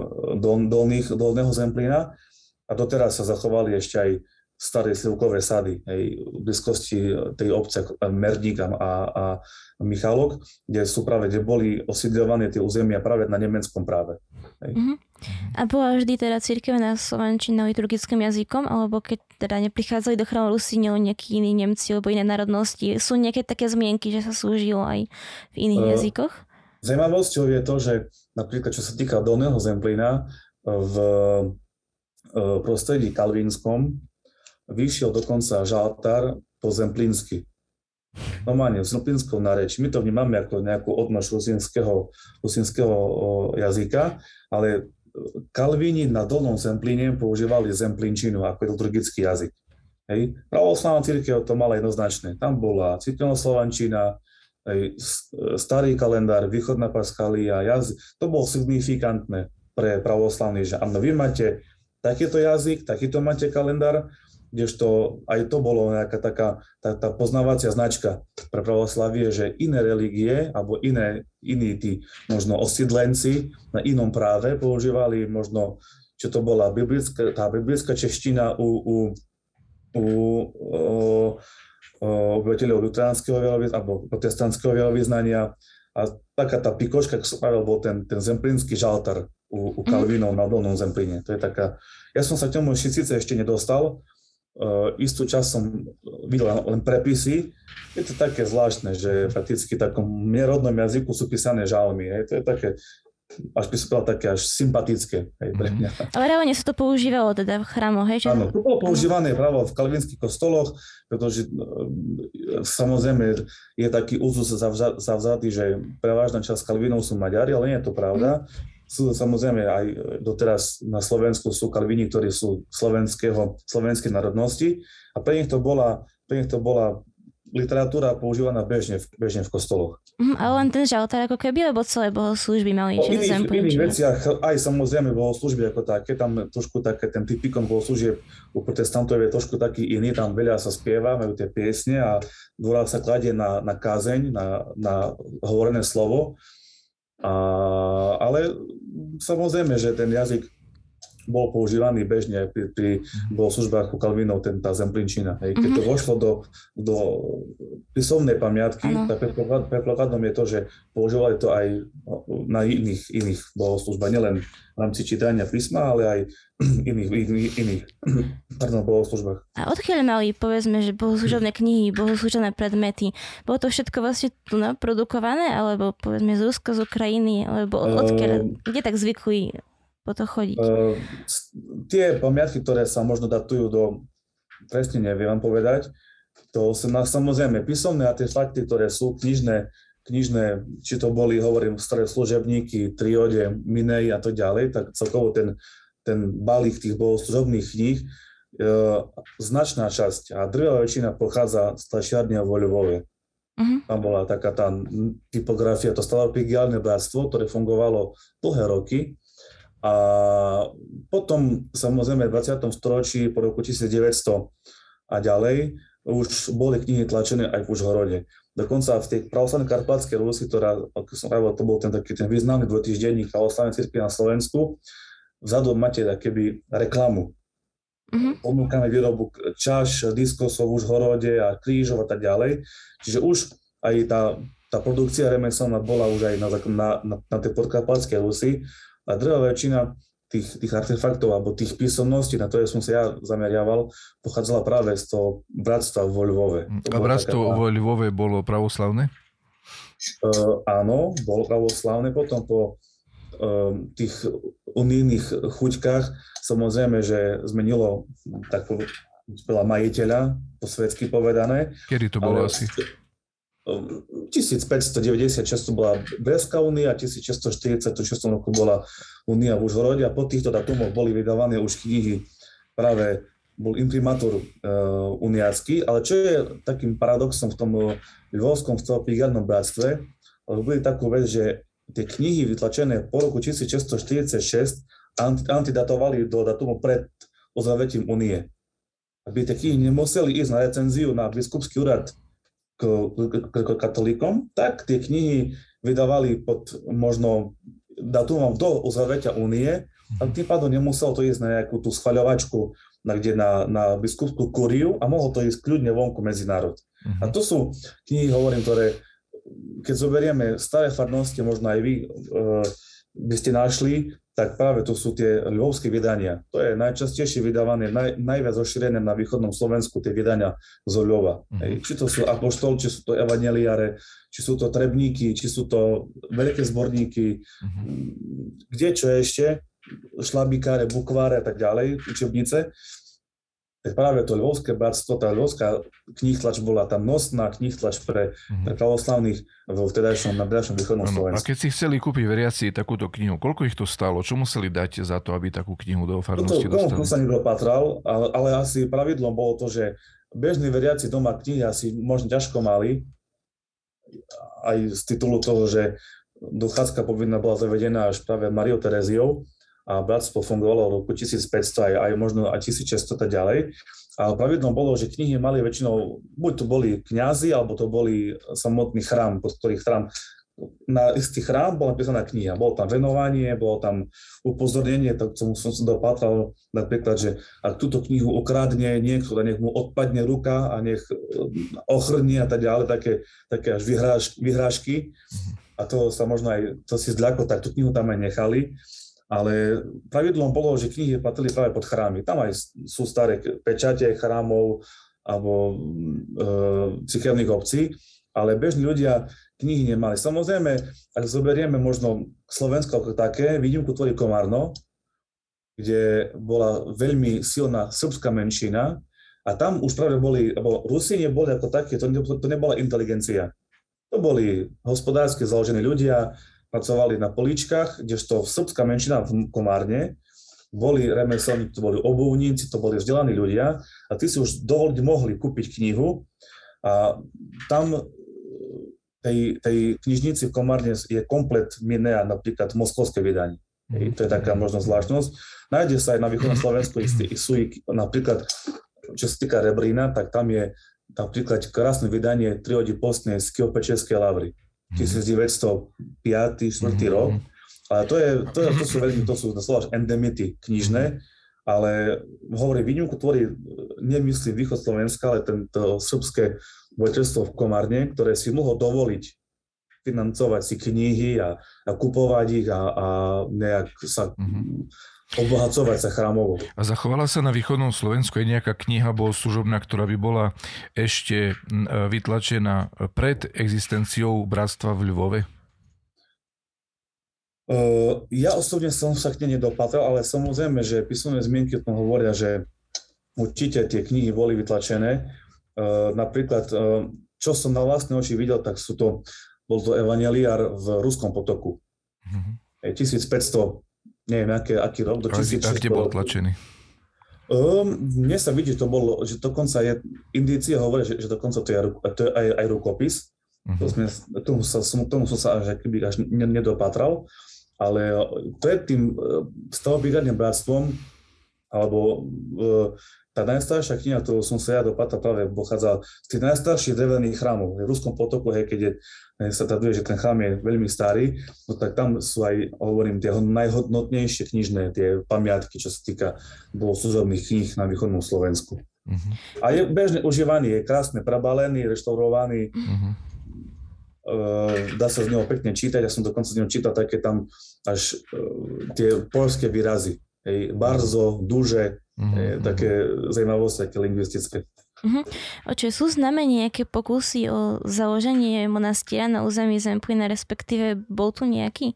dolného Zemplína a doteraz sa zachovali ešte aj staré slivkové sady v blízkosti tej obce Merník a Michalok, kde boli osídľované tie územia práve na nemeckom práve. A bola vždy teda cirkevná slovančina liturgickým jazykom, alebo keď teda neprichádzali do chrámu Rusínov nejakí iní Nemci alebo iné národnosti, sú nejaké také zmienky, že sa slúžilo aj v iných jazykoch? Zaujímavosťou je to, že napríklad čo sa týka Dolného Zemplína, v prostredí kalvínskom vyšiel dokonca žaltár po zemplínsky. Normálne v zemplínskom nareči. My to vnímame ako nejakú odnož rusínskeho jazyka, ale Kalvíni na Dolnom Zemplíne používali zemplínčinu ako liturgický jazyk. Pravoslavná cirkev to mala jednoznačné. Tam bola cirkevná slovančina, starý kalendár, východná paschalia, to bolo signifikantné pre pravoslavný, že áno, vy máte takýto jazyk, takýto máte kalendár, kdežto aj to bolo nejaká taká tá poznávacia značka pre pravoslavie, že iné religie alebo iní tí možno osídlenci na inom práve používali možno, čo to bola tá biblická čeština u obyvateľov luteránskeho alebo protestantského vierovyznania a taká tá pikoška, ako sa pravil, bol ten zemplínsky žaltár u Kalvínov na Dolnom Zemplíne. To je taká, ja som sa k tomu síce ešte nedostal, istú čas som videl len prepisy. Je to také zvláštne, že prakticky v takom nerodnom jazyku sú písané žalmy. To je také, až by som povedal, také až sympatické pre mňa. Ale reálne sa to používalo teda v chrámoch, hej? Áno, to bolo používané práve v kalvinských kostoloch, pretože samozrejme je taký úzus zavzatý, že prevažná časť Kalvínov sú Maďari, ale nie je to pravda. Sú samozrejme aj doteraz na Slovensku sú Kalvíni, ktorí sú slovenskej národnosti a pre nich to bola literatúra používaná bežne v kostoloch. Ale len ten žaltár ako keby, lebo celé bohoslúžby mali v iných veciach aj samozrejme bohoslúžby ako také, tam trošku také ten typikom bohoslúžieb u protestantov je trošku taký iný, tam veľa sa spieva, majú tie piesne a dôraz sa kladie na kázeň, na hovorené slovo. Ale samozrejme, že ten jazyk bol používaný bežne pri bohoslužbách u Kalvínov, tá zemplínčina. Keď to vošlo do písomnej pamiatky, tak predpokladom je to, že používali to aj na iných bohoslužbách, nielen v rámci čítania písma, ale aj iných bohoslužbách. A odkiaľ mali, povedzme, že bohoslužobné knihy, bohoslužobné predmety? Bolo to všetko vlastne tu naprodukované, alebo povedzme z Ruska, z Ukrajiny, alebo odkiaľ, kde tak zvykli po to chodiť? Tie pamiatky, ktoré sa možno datujú presne neviem vám povedať, to sú samozrejme písomné a tie fakty, ktoré sú knižné, či to boli, hovorím, staré služebníky, triode, minej a to ďalej, tak celkovo ten balík tých bohoslužobných kníh, značná časť a drvivá väčšina pochádza z tlačiarne vo Ľubove. Tam bola taká tá typografia, to Staropygiálne bratstvo, ktoré fungovalo dlhé roky. A potom, samozrejme, v 20. storočí, po roku 1900 a ďalej, už boli knihy tlačené aj v Užhorode. Dokonca v tej pravoslavnej Karpatskej Rusi, ktorá, ako som hovoril, to bol ten významný dvojtýždenník pravoslavnej cirkvi na Slovensku, vzadu máte keby reklamu. Ponúkame výrobu čaš, diskosov v Užhorode a krížov a tak ďalej. Čiže už aj tá produkcia remeselná bola už aj na tej podkarpatskej Rusi. A drvivá väčšina tých artefaktov alebo tých písomností, na ktoré som sa ja zameriaval, pochádzala práve z toho bratstva vo Ľvove. A bratstvo vo Ľvove bolo pravoslavné? Áno, bolo pravoslavné. Potom po tých unijných chuťkách samozrejme, že zmenilo tak majiteľa, po svetsky povedané. Kedy to bolo asi? 1596 to bola Bretská únia, 1640 roku bola únia v Užhorode a po týchto datumoch boli vydávané už knihy, práve bol imprimátor uniácky, ale čo je takým paradoxom v tom Lvovskom Staropygiálnom bratstve, robili takú vec, že tie knihy vytlačené po roku 1646 antidatovali do datumu pred uzavretím únie. Aby tie knihy nemuseli ísť na recenziu na biskupský úrad k katolíkom, tak tie knihy vydávali pod možno datumom do uzavretia únie, a tým pádom nemuselo to ísť na nejakú tú schvaľovačku na biskupskú kuriu a mohlo to ísť kľudne vonku medzi národ. A to sú knihy, hovorím, ktoré, keď zoberieme staré farnosti, možno aj vy by ste našli, tak práve to sú tie ľvovské vydania. To je najčastejšie vydávané, najviac rozšírené na východnom Slovensku, tie vydania zo Ľvova. Či to sú apoštol, či sú to evanjeliáre, či sú to trebníky, či sú to veľké zborníky, kde čo ešte, šlabikáre, bukváre a tak ďalej, učebnice. Tak práve to ľvovské bratstvo, tá ľvovská knihtlač bola tam nosná knihtlač pre pravoslavných v vtedajšom východnom Slovensku. A keď si chceli kúpiť veriaci takúto knihu, koľko ich to stálo? Čo museli dať za to, aby takú knihu do farnosti dostali? Tomu sa nedopatral, ale asi pravidlom bolo to, že bežní veriaci doma knihy asi možno ťažko mali, aj z titulu toho, že dochádzka povinná bola zavedená až práve Mariou Tereziou, a bratstvo fungovalo v roku 1500 aj možno aj 1600 a ďalej. A pravidlom bolo, že knihy mali väčšinou, buď to boli kňazi, alebo to boli samotný chrám, pod ktorý chrám, na istý chrám bola napísaná kniha. Bolo tam venovanie, bolo tam upozornenie, tak som sa dopátral napríklad, že ak túto knihu okradne niekto, nech mu odpadne ruka a nech ochrnie a tak ďalej, také až vyhrážky. A to sa možno aj, to si zľako, tak tú knihu tam aj nechali. Ale pravidlom bolo, že knihy patrili práve pod chrámy. Tam aj sú staré pečate chrámov alebo cirkevných obcí, ale bežní ľudia knihy nemali. Samozrejme, ak zoberieme možno Slovensko ako také, výnimku tvorí Komárno, kde bola veľmi silná srbská menšina a tam už práve boli, alebo Rusíni boli ako také, to nebola inteligencia. To boli hospodársky založení ľudia, pracovali na políčkach, kdežto srbská menšina v Komárne boli remeselníci, to boli obuvníci, to boli vzdelaní ľudia a tí si už dovoliť mohli kúpiť knihu a tam tej knižnici v Komárne je komplet Minea, napríklad moskovské vydanie. To je taká možno zvláštnosť. Nájde sa aj na východnom Slovensku sú napríklad, čo sa týka Rebrína, tak tam je napríklad krásne vydanie triody postnej z Kýjov-Pečerskej Lavry. 1905-4 rok. Ale to sú doslova endemity knižné, ale hovorí, výnimku tvorí, nemyslím východ Slovenska, ale tento srbské vojteľstvo v Komárne, ktoré si mohlo dovoliť financovať si knihy a kupovať ich a nejak sa obohacovať sa chrámovo. A zachovala sa na východnom Slovensku aj nejaká kniha bohoslužobná, ktorá by bola ešte vytlačená pred existenciou bratstva v Lvove? Ja osobne som sa k nej nedopatral, ale samozrejme, že písomné zmienky o tom hovoria, že určite tie knihy boli vytlačené. Napríklad, čo som na vlastné oči videl, tak bol to evanjeliár v Ruskom potoku. 1500, neviem, aký rok, do 1600. A kde bol tlačený? Mne sa vidí, že dokonca je, indície hovoria, že dokonca to je aj rukopis. Tomu som sa až nedopatral. Ale pred tým stavobigárnym bratstvom, alebo tá najstaršia kniha, ktorú som sa ja dopatral, práve pochádza z tých najstarších drevených chrámov. V Ruskom potoku, keď sa traduje, že ten chrám je veľmi starý, no tak tam sú aj, hovorím, tie najhodnotnejšie knižné, tie pamiatky, čo sa týka bohoslužobných kníh na východnom Slovensku. A je bežne užívaný, je krásne prabalený, reštaurovaný. Dá sa z neho pekne čítať, ja som dokonca z neho čítal také tam až tie poľské výrazy, bardzo, duže, také zaujímavosti, také lingvistické. Oče, sú známe nejaké pokusy o založenie monastiera na území Zemplína, respektíve bol tu nejaký?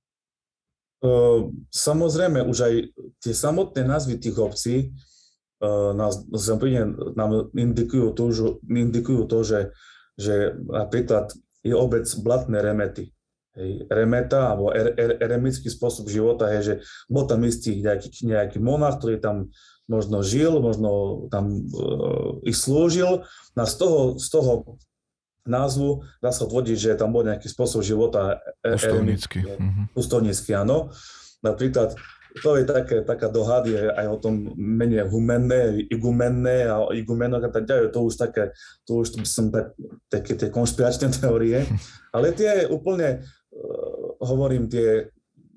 Samozrejme, už aj tie samotné názvy tých obcí na Zemplíne nám indikujú to, že napríklad je obec Blatné Remety. Remeta, alebo eremický spôsob života je, že bol tam istý nejaký monach, ktorý tam možno žil, možno tam ich slúžil. A z toho názvu dá sa odvodiť, že tam bol nejaký spôsob života pustovnícky, áno. Napríklad to je taká dohad, je aj o tom mene humenné, igumenné a igumenok a tak ďalej. To už som také tie konšpiračné teórie. Ale tie úplne, hovorím, tie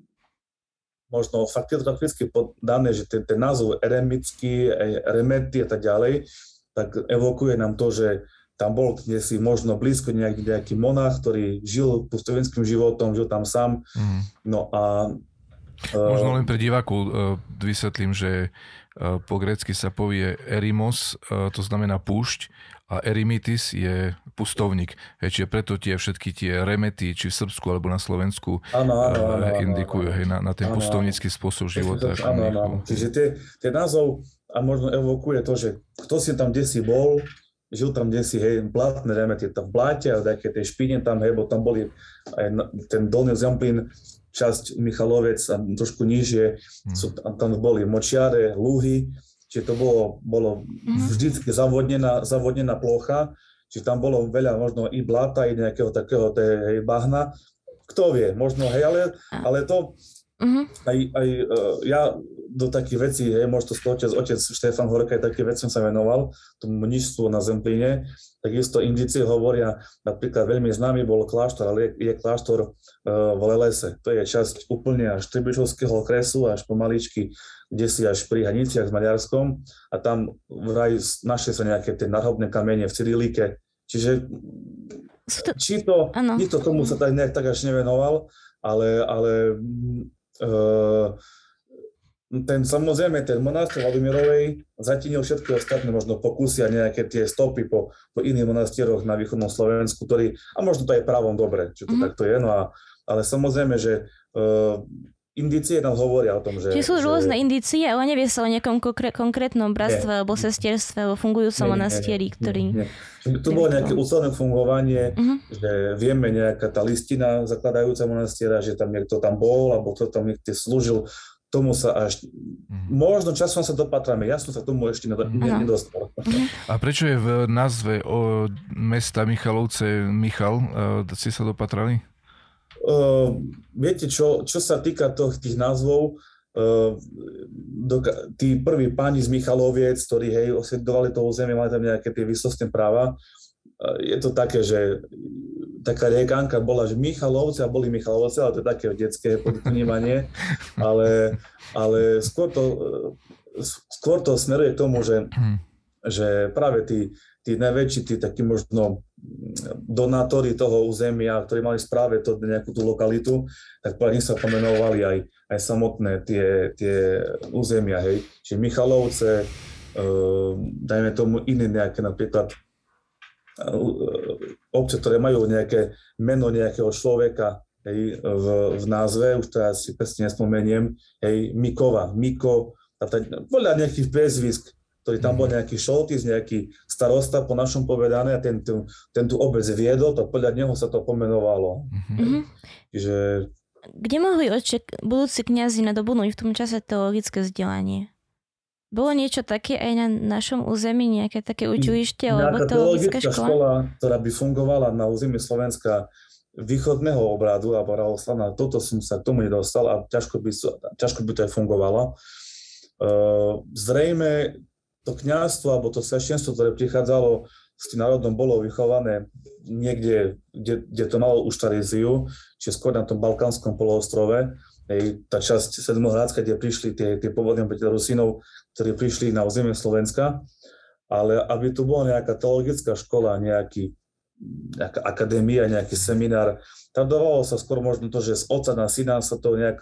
možno fakticky podané, že ten názov eremický, remety a tak ďalej, tak evokuje nám to, že tam bol kdesi možno blízko nejaký monach, ktorý žil pustovnickým životom, žil tam sám. No a možno len pre divákov vysvetlím, že po grécky sa povie erimos, to znamená púšť, a eremitis je pustovník. Čiže preto všetky tie remety, či v Srbsku alebo na Slovensku indikujú na ten pustovnícky spôsob života. Áno. Čiže tie názov a možno evokuje to, že kto si tam desi bol, žil tam desi, Blatné Remety, tam v Bláte, a také tej špine tam, bo tam boli aj ten Dolný Zemplín, časť Michalovec a trošku nižšie, tam boli močiare, lúhy, čiže to bolo vždycky zavodnená plocha, čiže tam bolo veľa možno i bláta, i nejakého takého bahna. Kto vie, možno, ale to aj ja do takých vecí, možno otec Štefan Horka, aj také veci som sa venoval, tomu mníštvu na Zemplíne, takisto indície hovoria, napríklad veľmi známy bol kláštor, ale je kláštor v Lelese. To je časť úplne až Trebišovského okresu, až pomaličky, kde si až pri hraniciach s Maďarskom, a tam vraj našli sa nejaké tie narhobné kamene v Cyrilike. Čiže nikto tomu sa tak až nevenoval, ale samozrejme ten monastýr Vladimirovej zatinil všetky ostatné možno pokusy a nejaké tie stopy po iných monastieroch na východnom Slovensku, a možno to je právom dobre, že to takto je, ale samozrejme, že indície nám hovoria o tom, že... Čiže sú rôzne indície, ale nevie sa o nejakom konkrétnom bratstve alebo sestierstve alebo fungujúcom monastieri, ktorý... Tu bolo nejaké ústavné fungovanie, že vieme nejaká tá listina zakladajúca monastiera, že tam niekto tam bol, alebo kto tam niekto slúžil. Tomu sa až... Možno časom sa dopatráme, ja som sa tomu ešte nedostal. A prečo je v názve mesta Michalovce Michal? Si sa dopatrali? Viete, čo sa týka tých názvov, tí prví páni z Michaloviec, ktorí osedovali to územie, mali tam nejaké tie výsostné práva, je to také, že taká riekanka bola, že Michalovce a boli Michalovce, ale to je také detské podvnímanie, ale skôr to smeruje k tomu, že práve tí najväčší, tí takí možno donátori toho územia, ktorí mali správe to nejakú tú lokalitu, tak podľa nich sa pomenovali aj samotné tie územia, hej. Čiže Michalovce, dajme tomu iné nejaké napríklad obce, ktoré majú nejaké meno nejakého človeka, hej, v názve, už teraz si presne nespomeniem, hej, Miko, podľa nejakých priezvisk, ktorý tam bol nejaký Šoltis, nejaký starosta po našom povedané a ten tú obec viedol, tak podľa neho sa to pomenovalo. Mm-hmm. Čiže... Kde mohli budúci kňazi nadobudnúť v tom čase teologické vzdelanie? Bolo niečo také aj na našom území, nejaké také učilište alebo teologická škola? Ktorá by fungovala na území Slovenska východného obradu alebo pravoslavná, toto som sa k tomu nedostal a ťažko by to aj fungovalo. Zrejme to kňazstvo alebo to sveštenstvo, ktoré prichádzalo s tým národom, bolo vychované niekde, kde to malo už tradiziu, čiže skôr na tom Balkánskom poloostrove. Tá časť Sedmohradska, kde prišli tie pôvodné Rusínov, ktorí prišli na územie Slovenska, ale aby tu bola nejaká teologická škola, nejaká akadémia, nejaký seminár, tradovalo sa skôr možno to, že z otca na syna sa to nejak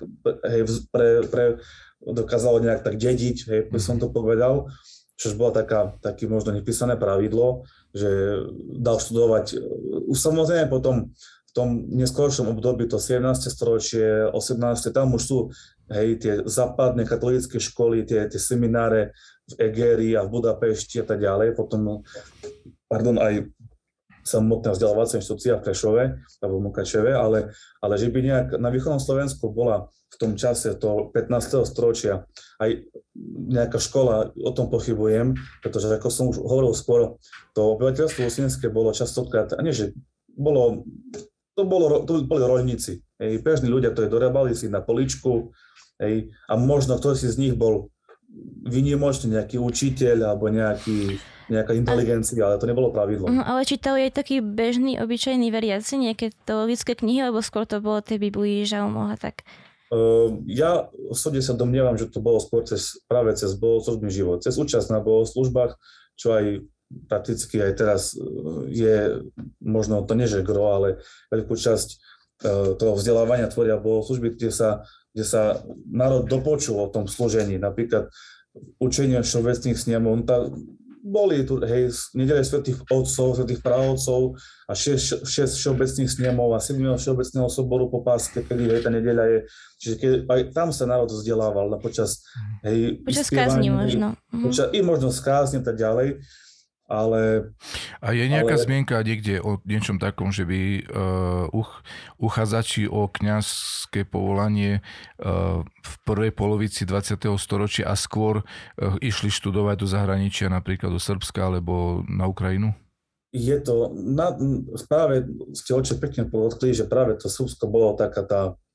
dokázalo nejak tak dediť, by som to povedal, čož bola také možno nepísané pravidlo, že dal študovať už samozrejme potom v tom neskôršom období, to 17. storočie, 18. tam už sú tie západné katolícke školy, tie semináre v Egérii a v Budapešti a tak ďalej, potom aj samotná vzdelávacia inštitúcia v Prešove alebo v Mukačeve, ale že by nejak na východnom Slovensku bola v tom čase toho 15. storočia aj nejaká škola, o tom pochybujem, pretože ako som už hovoril skôr, to obyvateľstvo úsvienske bolo častokrát, to boli roľníci, bežní ľudia, ktorí dorábali si na poličku, a možno ktorý si z nich bol výnimočný nejaký učiteľ alebo nejaká inteligencia, ale to nebolo pravidlo. Ale čítali aj takí bežní, obyčajní veriaci nejaké teologické knihy, alebo skôr to bolo tej Biblii, Žalmoch a tak? Ja osobne sa domnievam, že to bolo skôr práve cez bohoslúžbný život, cez účasť na bohoslúžbách, čo aj prakticky aj teraz je možno to nie že gro, ale veľkú časť toho vzdelávania tvoria bohoslúžby, kde sa národ dopočul o tom slúžení. Napríklad učenie všeobecných snemov, boli tu nedele svätých otcov, svätých praotcov a 6 všeobecných snemov a 7 všeobecného soboru po páske, kedy tá nedeľa je. Čiže aj tam sa národ vzdelával počas kázni možno. I možno z kázni a tak ďalej. Ale... A je nejaká zmienka niekde o niečom takom, že by uchádzači o kňazské povolanie v prvej polovici 20. storočia a skôr išli študovať do zahraničia, napríklad do Srbska alebo na Ukrajinu? Je to, práve ste oče pekne podotkli, že práve to Srbsko bolo taká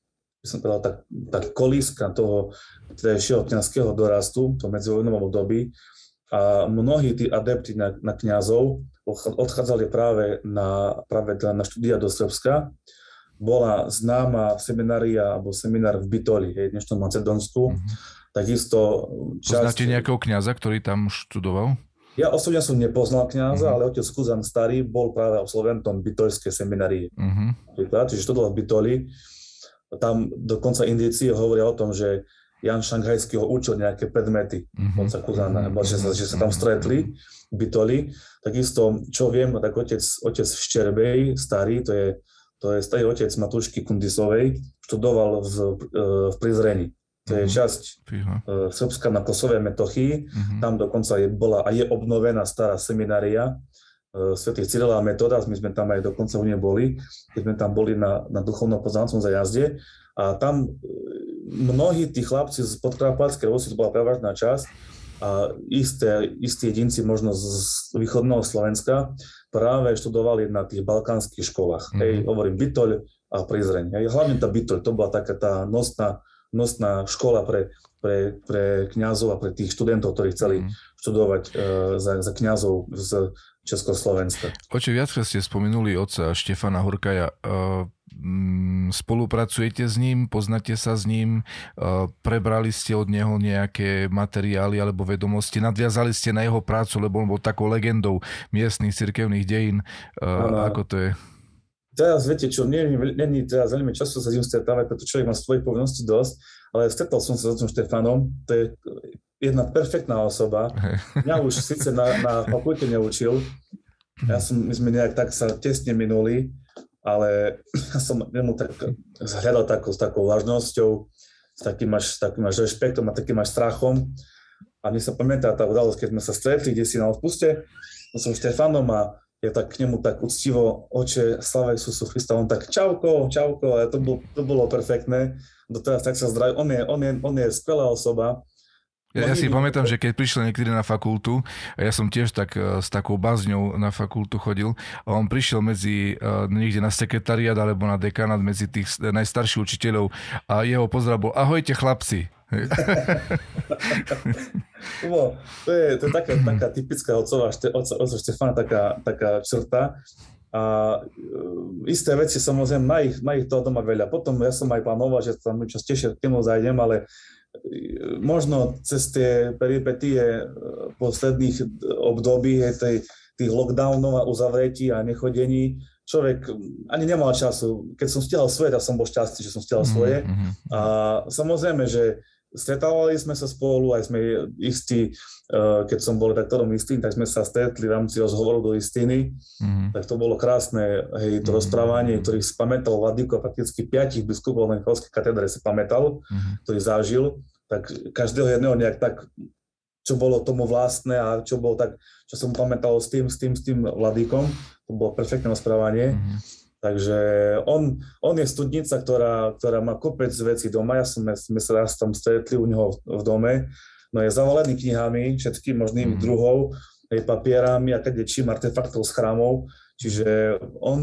tá kolíska toho vtedajšieho kňazského dorastu, to medzivojnovom období. A mnohí tí adepti na kňazov odchádzali práve na štúdia do Srbska. Bola známa seminária alebo seminár v Bitoli, dnešnom Macedónsku. Takisto Poznáte nejakého kňaza, ktorý tam študoval? Ja osobne som nepoznal kňaza, ale otec Kuzan starý bol práve absolventom Bitolskej seminárie. Čiže študoval v Bitoli. Tam dokonca indície hovoria o tom, že Jan Šanghajský ho učil nejaké predmety od Kuzana, že sa tam stretli v Bitoli. Takisto, čo viem, tak otec Ščerbej, starý, to je starý otec Matúšky Kundisovej, študoval v Prizreni. To je časť Srbska na Kosovej Metochii. Tam dokonca bola a je obnovená stará seminária svätých Cyrila a Metoda. My sme tam aj dokonca u nej boli, keď sme tam boli na duchovno-poznávancom zajazde. A tam mnohí tí chlapci z Podkarpatskej Rusy, to bola prevažná časť, a istí jedinci možno z východného Slovenska práve študovali na tých balkánskych školách. Hovorím Bitoľ a Prizreň. Hlavne tá Bitoľ, to bola taká tá nosná nosná škola pre kňazov a pre tých študentov, ktorí chceli študovať za kňazov z Československa. Oče, viackrát ste spomenuli otca Štefana Horkaja. Spolupracujete s ním, poznáte sa s ním, prebrali ste od neho nejaké materiály alebo vedomosti, nadviazali ste na jeho prácu, lebo on bol takou legendou miestnych cirkevných dejín. Ako to je? Teraz viete čo, není teraz veľmi často sa s ním stretávať, pretože človek má svojich povinností dosť, ale stretol som sa s otcom Štefanom, to je jedna perfektná osoba. Mňa už síce na fakulte neučil, my sme nejak tak sa tesne minuli, ale ja som mu tak zhľadal s takou vážnosťou, s takým až rešpektom a takým až strachom. A mne sa pamätá tá udalosť, keď sme sa stretli kdesi na odpuste, som Štefanom a ja tak k nemu tak úctivo, oče, sláva Isusu Krista, on tak čauko, a to bolo perfektné. Doteraz tak sa zdraví, on je skvelá osoba. Ja si pamätám, že keď prišiel niekedy na fakultu, a ja som tiež tak s takou bázňou na fakultu chodil, a on prišiel niekde na sekretariát alebo na dekanát medzi tých najstarších učiteľov a jeho pozdrav bol: ahojte chlapci. To je taká typická otca Štefana, taká črta. A isté veci, samozrejme, má ich toho doma veľa. Potom ja som aj plánoval, že tam častejšie k nemu zajdem, ale možno cez tie peripetie posledných období tých lockdownov a uzavretí a nechodení, človek ani nemal času. Keď som stihal svoje, tak som bol šťastný, že som stihal svoje. A samozrejme, že stretávali sme sa spolu, aj sme istí, keď som bol redaktorom Istiny, tak sme sa stretli v rámci rozhovoru do Istiny. Tak to bolo krásne, to rozprávanie, ktorých si pamätal Vladyko, prakticky 5 biskupov na Michalskej katedre si pamätal, ktorý zažil, tak každého jedného nejak tak, čo bolo tomu vlastné a čo som pamätal s tým Vladykom, to bolo perfektné rozprávanie. Takže on je studnica, ktorá má kopec vecí doma. My sa raz tam stretli u neho v dome. No je zavalený knihami, všetkým možnými druhov, aj papierami a kadečím artefaktov z chrámov. Čiže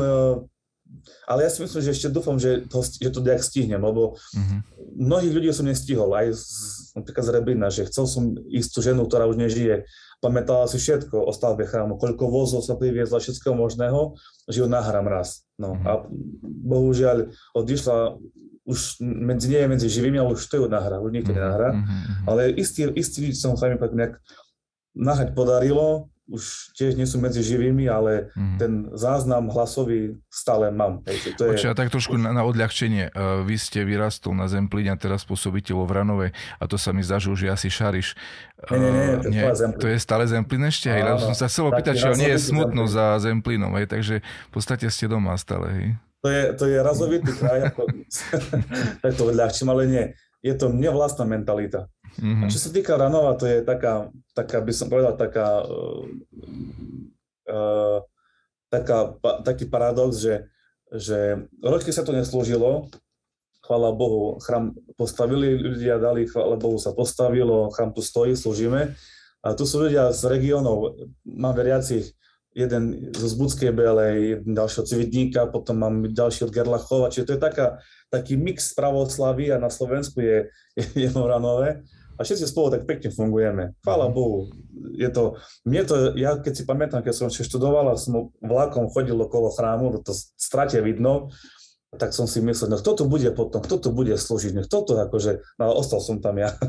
ale ja si myslím, že ešte dúfam, že to nejak stihnem, lebo mnohých ľudí som nestihol, aj napríklad z Rebrina, že chcel som ísť tú ženu, ktorá už nežije. Pamätala si všetko o stavbe chrámu, koľko vozov sa priviezla, všetkého možného, že ju nahrám raz. No a bohužiaľ odišla už medzi živými, ale už to ju nahrá, už nikto nenahrá. Ale istý ľudí som sa mi nejak nahrať podarilo, už tiež nie sú medzi živými, ale ten záznam hlasový stále mám. A tak trošku na odľahčenie. Vy ste vyrastol na Zemplíne a teraz pôsobíte vo Vranove a to sa mi zdá, že už je asi Šariš. Nie, to je stále Zemplín ešte? Hej? Som sa chcel opýtať, či nie je smutno za Zemplínom, hej? Takže v podstate ste doma stále. Hej? To je razovitý kraj, tak to odľahčím, ale nie. Je to mne vlastná mentalita. A čo sa týka Vranova, to je taká by som povedal, taký paradox, že roky sa to neslúžilo, chvála Bohu, chrám postavili, ľudia dali, chvála Bohu sa postavilo, chrám tu stojí, slúžime. A tu sú ľudia z regiónov, mám veriacich, jeden zo Zbudskej Belej, jeden ďalší od Cvidníka, potom mám ďalší od Gerlachova, čiže to je taký mix pravoslavy a na Slovensku je Vranové. A všetci spolu tak pekne fungujeme. Chvála Bohu. Ja keď si pamätám, keď som ešte študoval a som vlakom chodil okolo chrámu, to strate vidno, tak som si myslel, no kto tu bude potom, kto tu bude slúžiť, kto tu akože, no ostal som tam ja.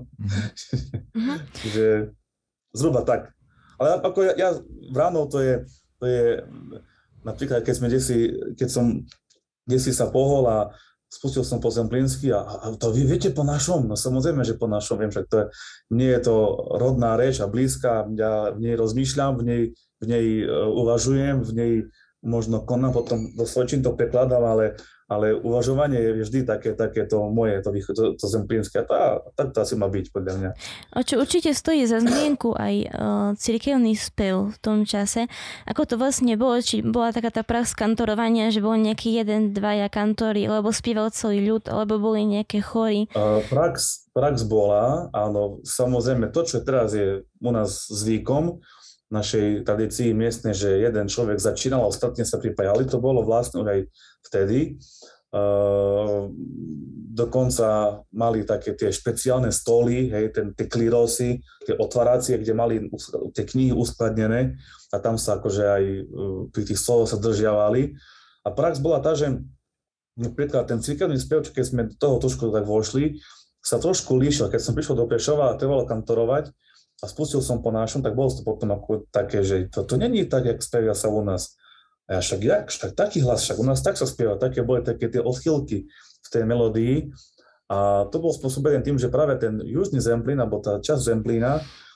Čiže zhruba tak. Ale ako ja Vranov to je napríklad, keď som sa pohol a spustil som po zemplínsky a to vy viete po našom? No samozrejme, že po našom viem, že mne je to rodná reč a blízka, ja v nej rozmýšľam, v nej uvažujem, v nej možno konám, potom do svojčín to prekladám, ale uvažovanie je vždy takéto moje, to zemplínske. A tak to asi má byť, podľa mňa. Určite stojí za zmienku aj cirkevný spev v tom čase. Ako to vlastne bolo? Či bola taká tá prax kantorovania, že bol nejaký 1-2 kantori, alebo spieval celý ľud, alebo boli nejaké chory? Prax bola, áno. Samozrejme, to, čo teraz je u nás zvykom, našej tradícii miestnej, že jeden človek začínal a ostatní sa pripájali, to bolo vlastne aj vtedy. Dokonca mali také tie špeciálne stoly, hej, tie klirosy, tie otváracie, kde mali tie knihy uskladnené a tam sa akože aj pri tých stoloch sa držiavali. A prax bola tá, že napríklad ten cirkevný spev, keď sme do toho trošku tak vošli, sa trošku líšil. Keď som prišiel do Prešova a trvalo kantorovať a spustil som po našom, tak bolo to potom ako také, že to není tak, jak spevia sa u nás. A ja však taký hlas, však u nás tak sa spieva, také boli také tie odchýlky v tej melódii. A to bolo spôsobené tým, že práve ten južný Zemplín, alebo tá časť Zemplína,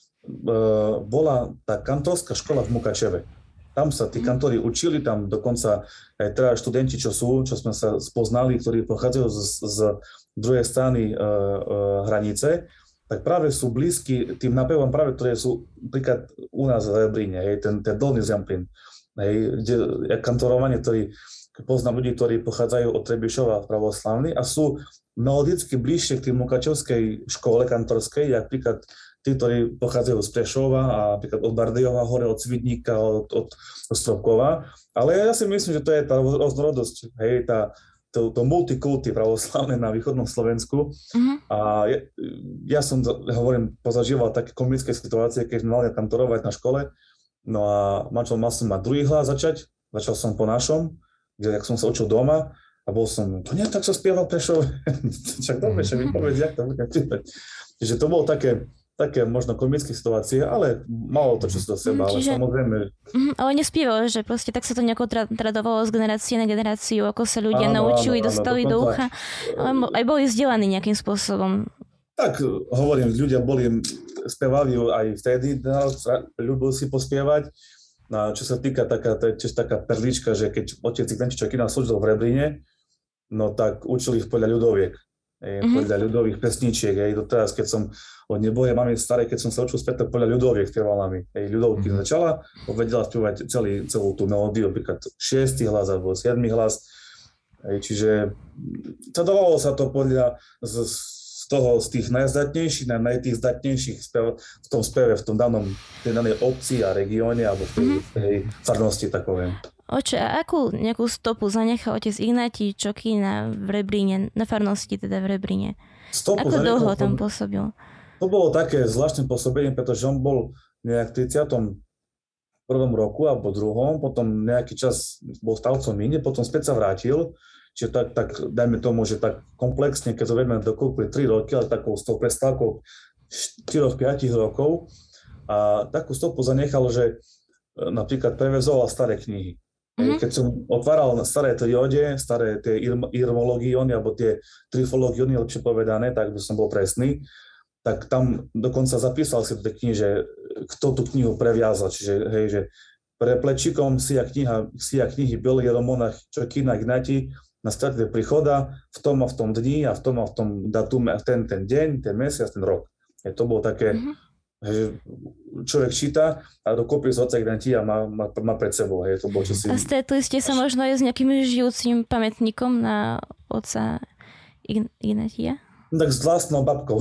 bola tá kantorská škola v Mukačeve. Tam sa tí kantori učili, tam dokonca aj teda študenti, čo sme sa spoznali, ktorí pochádzajú z druhej strany hranice, tak práve sú blízky tým napevom, práve ktoré sú napríklad u nás v Rebríne, ten dolný Zemplín. Kantorovanie, ktorý poznám ľudí, ktorí pochádzajú od Trebišova pravoslavní a sú melodicky bližšie k tým mukačevskej škole kantorskej, jak napríklad tí, ktorí pochádzajú z Prešova a napríklad od Bardejova hore, od Svidníka, od Stropkova. Ale ja si myslím, že to je tá rôznorodosť, hej, to multikulty pravoslavné na východnom Slovensku. A ja som, hovorím, pozažíval také komické situácie, keď mali kantorovať na škole. No a mal som mať druhý hlas začal som po našom, kde som sa učil doma a bol som, to nie, tak sa spieval Prešov. Však dobre, však mi povedz, jak to budem čítať. Čiže to bolo také možno komické situácie, ale malo to čas do seba, ale samozrejme. Ale nespieval, že proste tak sa to nejako tradovalo z generácie na generáciu, ako sa ľudia naučili, dostali do ucha, ale aj boli vzdelaní nejakým spôsobom. Tak hovorím, ľudia spievali aj vtedy, ľúbil si pospievať. No, čo sa týka taká perlička, že keď otec Ignátiček nás slúžil v Rebríne, no tak učili ich podľa ľudoviek, podľa ľudových pesničiek. Doteraz, keď som od neboje mamy starej, keď som sa učil späť, tak podľa ľudoviek spieval nami. Ľudovky začala, vedela spievať celú tú melódiu, napríklad 6. hlas alebo 7. hlas. Čiže dávalo sa to podľa z tých najzdatnejších na najtých zdatnejších v tom speve, v tom tej danej obci a regióne alebo v tej farnosti takovej. Oče, a akú nejakú stopu zanechal otec Ignátičok v Rebríne, na farnosti teda v Rebríne? Ako dlho tam pôsobil? To bolo také zvláštne pôsobenie, pretože on bol nejak v 31. roku alebo 2., potom nejaký čas bol stavcom inde, potom späť sa vrátil. Čiže tak dajme tomu, že tak komplexne, keď to vieme dokúpiť 3 roky, ale takou s tou prestávkou 4-5 rokov. A takú stopu zanechal, že napríklad prevezoval staré knihy. Keď som otváral staré trióde, staré tie irmológióny, alebo tie trifológióny, lepšie povedané, tak by som bol presný, tak tam dokonca zapísal si do tej knihy, že kto tú knihu previazal. Čiže hej, že pre plečikom sia knihy Bielý Jeromonach Čokina Ignáti na strate príchoda v tom a v tom dni a v tom datume, ten deň, ten mesiac, ten rok. To bolo také, že človek číta a dokopy z otca Ignátia má pred sebou. To bolo čosi. A stretli ste sa možno aj s nejakým žijúcim pamätníkom na otca Ignátia? Tak s vlastnou babkou.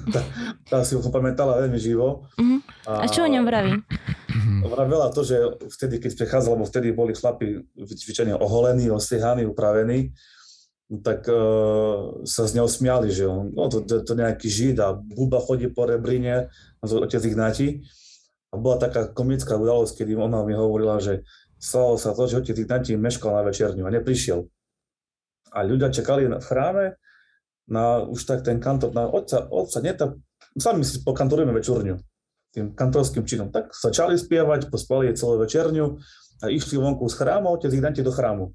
tá si ho pamätala veľmi živo. A čo o ňom vraví? Vravela to, že vtedy, keď prechádzal, lebo vtedy boli chlapi zvyčajne oholení, ostriehaní, upravení, tak sa z neho smiali, že to nejaký Žid a buba chodí po Rebríne, otec Ignáti. A bola taká komická udalosť, kedy ona mi hovorila, že stalo sa to, že otec Ignáti meškal na večerňu a neprišiel. A ľudia čakali v chráme na už tak ten kantor, na otca, sami si pokantorujeme večerňu tým kantorským činom. Tak začali spievať, pospali celú večerňu a išli vonku z chrámu, otec Ignáti do chrámu.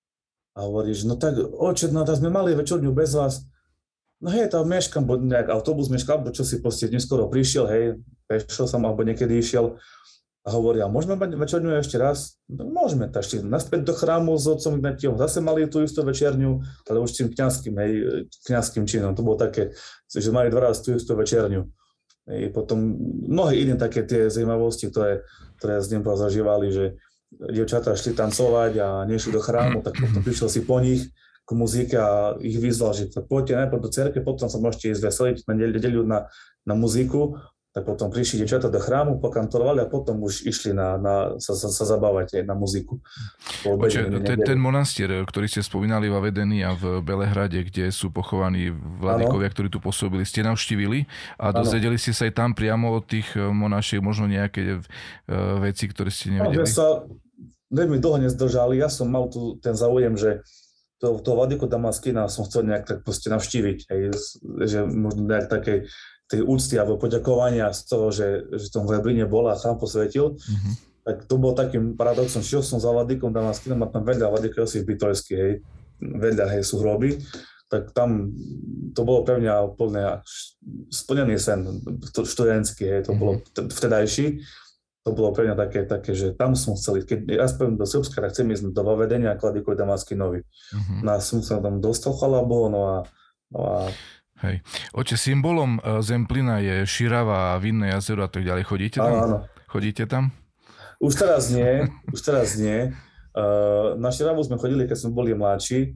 A hovoríš, no tak oče, tak sme mali večerňu bez vás. No hej, tam meškam, bo nejak autobus meškal, bo čo si proste neskoro prišiel, hej, pešo som, alebo niekedy išiel. A hovorí, a môžeme mať večerňu ešte raz? No môžeme, tak šli naspäť do chrámu s otcom Ignátiom, zase mali tú istú večerňu, ale už tým kňazským činom. To bolo také, že mali 2 razy tú istú večerňu. Potom mnohé iné také tie zaujímavosti, ktoré s ním zažívali, že dievčatá šli tancovať a nešli do chrámu, tak potom prišiel si po nich k muzike a ich vyzval, že poďte najprv do cerkve, potom sa môžete ísť veseliť na nedeľu na muziku. tak potom prišli dievčatá do chrámu, pokantorovali a potom už išli sa zabávať aj na muziku. Ten monastier, ktorý ste spomínali v Avedení a v Belehrade, kde sú pochovaní vladykovia, ktorí tu pôsobili, ste navštívili a dozvedeli ste sa aj tam priamo od tých monašiek možno nejaké veci, ktoré ste nevedeli? Veľmi dlho nezdržali. Ja som mal tu ten záujem, že toho vladyku Damaskína som chcel nejak tak proste navštíviť. Že možno nejak takej tej úcty alebo poďakovania z toho, že tom v Rebríne bol a sám posvetil. Tak to bol takým paradoxom. Šiel som za vladykom Damaskínom a tam vedľa vladyka Josif Bitoľský, vedľa sú hroby. Tak tam to bolo pre mňa úplne splnený sen študentský, to bolo vtedajší. To bolo pre mňa také, že tam som chcel ísť. Keď ja spomínam do Srbska, tak chcem ísť do Vavedenia a Kladíkovi Damaskínovi. Som sa tam dostal, chvála Bohu, no a hej. Oče, symbolom Zemplína je Širava a Vinné jazero a tak ďalej. Chodíte tam? Áno. Chodíte tam? Už teraz nie. Na Širavu sme chodili, keď sme boli mladší,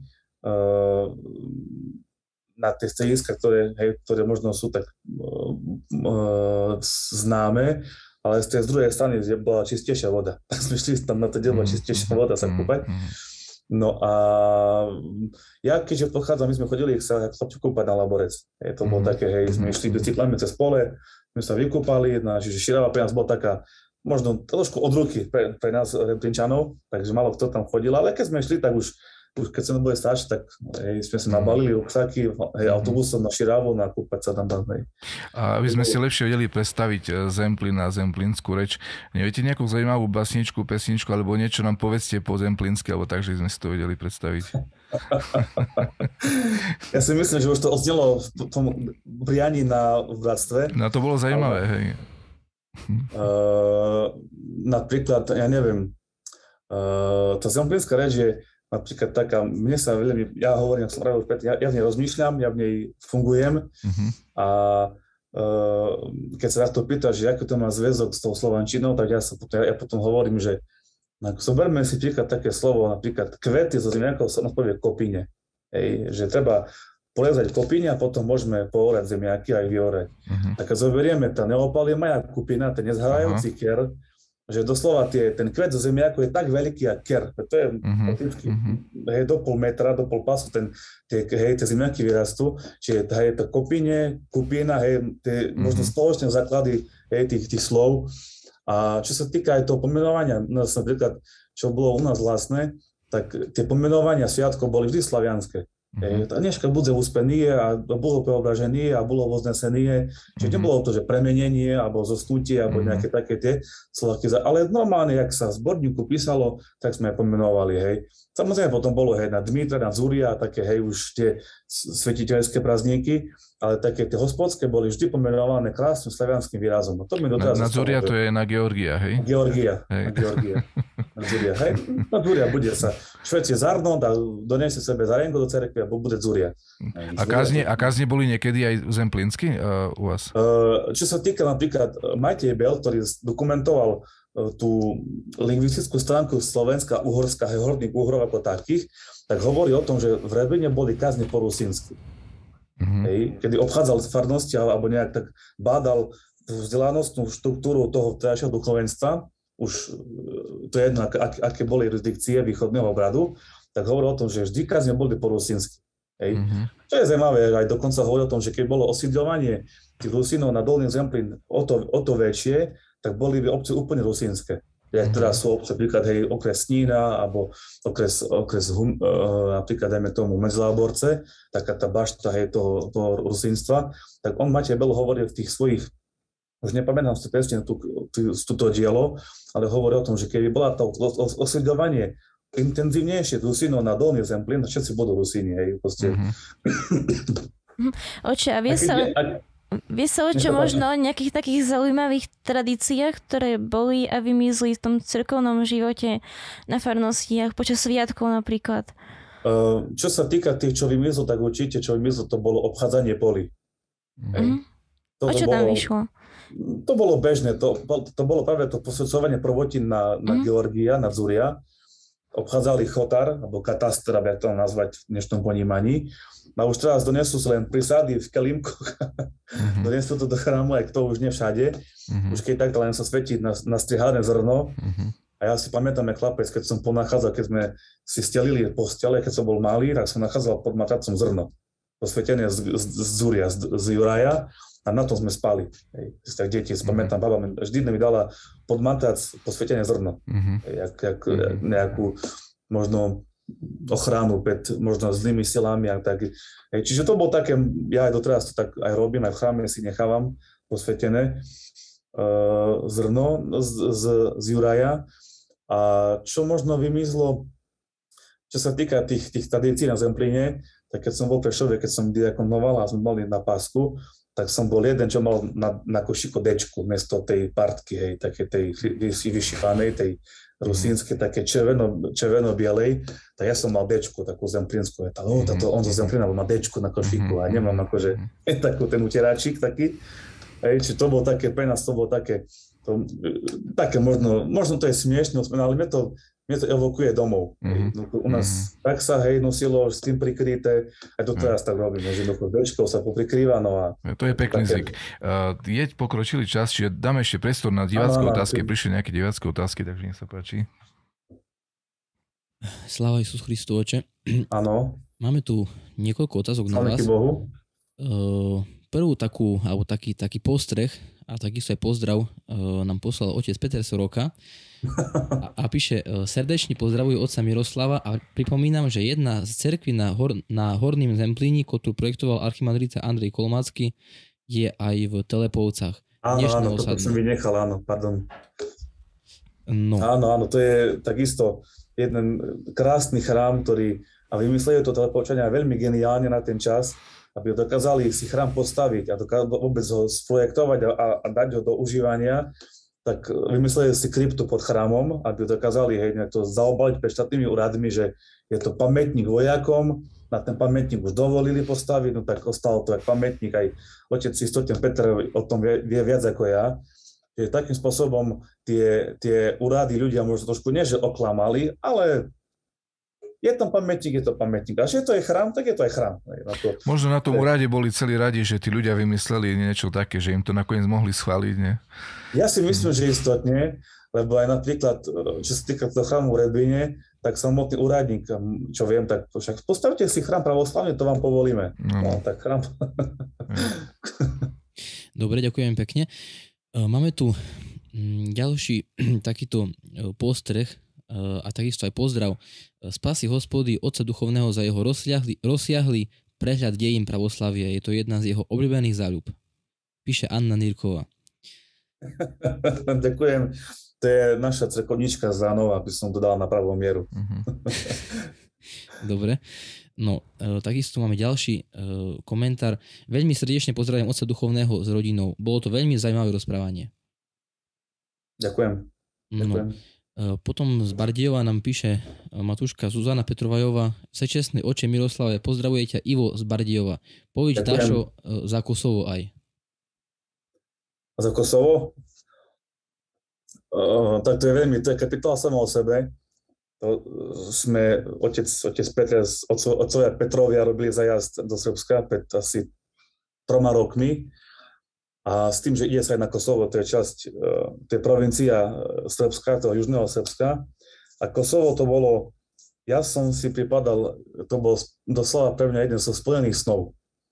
na tie strediska, ktoré možno sú tak známe, ale z druhej strany bola čistejšia voda. Tak sme šli tam na to, kde bola čistejšia voda sa kúpať. No a ja, keďže pochádzam, my sme chodili sa chlapci kúpať na Laborec. To bolo také, sme išli bicyklami cez pole, my sa vykúpali, čiže Širava pre nás bola taká, možno trošku od ruky pre nás Rebrínčanov, takže málo kto tam chodil, ale keď sme šli, tak už keď sme boli starší, tak sme sa nabalili ruksaky autobusom na Širavu na kúpať sa tam. A aby sme si lepšie vedeli predstaviť Zemplín a zemplínsku reč, neviete nejakú zaujímavú basničku, pesničku, alebo niečo nám povedzte po zemplínsky, alebo tak, že sme si to vedeli predstaviť? Ja si myslím, že už to odznelo v tom prianí v bratstve. No to bolo zaujímavé, hej. Napríklad, ja neviem, tá zemplínska reč je napríklad taká, mne sa veľmi, ja hovorím, som pravil už predtým, ja v nej rozmýšľam, ja v nej fungujem a keď sa to pýta, že ako to má zväzok s tou slovančinou, tak ja potom hovorím, že zoberme si príklad také slovo, napríklad kvety zo zemiakov sa povie kopíne, že treba polezať kopíne a potom môžeme poorať zemiaky aj vyoreť. Tak keď zoberieme tá neopal je maja kupina, ten nezhárajúci ker, že doslova ten kvet zo zemiaku je tak veľký a ker. To je do pol metra, do pol pasu tie zemiaky vyrastú. Čiže to kopíne, kupina, možno spoločné základy tých slov. A čo sa týka aj toho pomenovania, napríklad, čo bolo u nás vlastné, tak tie pomenovania sviatkov boli vždy slavianské. Dneška bude uspenie a bolo preobraženie a bolo voznesenie. Čiže nebolo to, že premenenie alebo zosnutie alebo nejaké také tie slovky. Ale normálne, jak sa v zborníku písalo, tak sme je pomenovali, hej. Samozrejme potom bolo, hej, na Dmitra, na Zúria, také, hej, už tie svetiteľské prázdniky, ale také tie hospodské boli vždy pomenované krásnym slavianským výrazom. To mi na Zúria to je na Georgia, hej? Georgia, hej. Na Georgia. Na Zúria, hej. Na Zúria bude sa. Švec je Zarnod a donesie sebe Zarenko do cerkvy a bude Zúria. A kázne boli niekedy aj zemplínsky u vás? Čo sa týka napríklad Matej Bel, ktorý dokumentoval tú lingvistickú stránku Slovenska, Uhorska, horných Uhrov ako takých, tak hovorí o tom, že v Rebríne boli kázne po rusínsky. Kedy obchádzal farnosti alebo nejak tak bádal vzdelanostnú štruktúru toho vtedajšieho duchovenstva, už to je jedno, aké boli jurisdikcie východného obradu, tak hovorí o tom, že vždy kázne boli po rusínsky. Čo je zaujímavé, aj dokonca hovorí o tom, že keď bolo osídľovanie tých Rusínov na Dolný Zemplín o to väčšie, tak boli by obce úplne rusínske. Teda sú obce, napríklad, hej, okres Snína, alebo okres napríklad, dajme tomu, Medziláborce, taká tá bašta, hej, toho rusínstva, tak on, Matej Bel, hovorí v tých svojich, už nepamätám si presne túto dielo, ale hovorí o tom, že keby bola to osídľovanie intenzívnejšie Rusínov na Dolný Zemplín, všetci budú Rusíni, hej, proste. Oče, a vie sa oče možno o nejakých takých zaujímavých tradíciách, ktoré boli a vymizli v tom cirkevnom živote na farnostiach počas sviatkov napríklad? Čo sa týka tých, čo vymizlo, tak určite, čo vymizlo, to bolo obchádzanie polí. O čo tam vyšlo? To bolo bežné, to bolo práve to posvedcovanie prvotín na Georgia, na Zúria. Obchádzali chotar, alebo katastr, aby to nazvať v dnešnom ponímaní. A už teraz donesú sa len prísady v kelímkoch donesú to do chrámu, aj to už nie všade. Už keď tak len sa svetí na strihané zrno. A ja si pamätám, jak chlapec, keď som ponachádzal, keď sme si stelili postele, keď som bol malý, tak som nachádzal pod matracom zrno. Posvetené z Juraja. A na tom sme spali. Tak deti, pamätám, baba vždy mi dala pod matrac posvetené zrno. Jak nejakú možno ochranu pred možno zlými silami a tak. Čiže to bolo také, ja aj doteraz to tak aj robím, aj v chráme si nechávam posvetené zrno z Juraja. A čo možno vymizlo, čo sa týka tých tradícií na Zemplíne, tak keď som bol v Prešove, keď som diakonoval a sme mali na pásku, tak som bol jeden, čo mal na košíku dečku, miesto tej partky, také tej vyšípanej, tej rusínskej, také červeno-bielej, tak ja som mal dečku, takú zemplínsku. On zo Zemplína má dečku na košíku a nemám akože takú ten uteráčik taký. Čiže to bolo také, pre nás to bolo také možno to je smiešné, ale mne to evokuje domov. U nás tak sa nosilo s tým prikryté, aj to teraz tak robíme, že dečkou sa poprikrýva. To je pekný zvyk. Je pokročilý čas, čiže dáme ešte priestor na divácké otázky. Prišli nejaké divácké otázky, takže nech sa páči. Sláva Isus Christu, oče. Áno. Máme tu niekoľko otázok na vás. Bohu. Prvú takú, alebo taký postreh a takisto aj pozdrav nám poslal otec Peter Soroka a píše: srdečne pozdravujú otca Miroslava a pripomínam, že jedna z cerkví na Horným Zemplíni, ktorú projektoval archimandrita Andrej Kolmácky, je aj v Telepovcach. Áno, to som vynechal, pardon. No. Áno, to je takisto jeden krásny chrám, ktorý, a vymysleli to Telepovčania veľmi geniálne na ten čas, aby dokázali si chrám postaviť a vôbec ho sprojektovať a dať ho do užívania, tak vymysleli si kryptu pod chrámom, aby dokázali to zaobaliť pred štátnymi úradmi, že je to pamätník vojakom, na ten pamätník už dovolili postaviť, tak ostalo to ako pamätník, aj otec Istoten Peter o tom vie viac ako ja. Že takým spôsobom tie úrady ľudia možno trošku nie, že oklamali, ale je tam pamätník, je to pamätník. A že to je chrám, tak je to aj chrám. Možno na tom úrade boli celí radi, že tí ľudia vymysleli niečo také, že im to nakoniec mohli schváliť, nie? Ja si myslím, že istotne, lebo aj napríklad, čo sa týka toho chrámu v Redbine, tak samotný úradník, čo viem, tak však postavte si chrám pravoslavne, to vám povolíme. No tak chrám. Dobre, ďakujem pekne. Máme tu ďalší takýto postreh a takisto aj pozdrav. Spasí Hospody otca duchovného za jeho rozsiahly prehľad dejín pravoslavia. Je to jedna z jeho obľúbených záľub. Píše Anna Nírková. Ďakujem. To je naša cerkovnička z Zánova, aby som to dal na pravú mieru. Dobre. No, takisto máme ďalší komentár. Veľmi srdečne pozdravujem otca duchovného s rodinou. Bolo to veľmi zaujímavé rozprávanie. Ďakujem. No. Potom z Bardejova nám píše Matúška Zuzana Petrovajová: Sečestný oče Miroslave, pozdravuje ťa Ivo z Bardejova. Povíč Dašo za Kosovo aj. Za Kosovo? Tak to je kapitola sama o sebe. To sme, otec Peter, otcovia Petrovia robili zajazd do Srbska pred asi 3 rokmi. A s tým, že ide sa aj na Kosovo, to je časť, to je provincia Srbska, toho južného Srbska. A Kosovo to bolo, ja som si pripadal, to bol doslova pre mňa jeden zo spojených snov.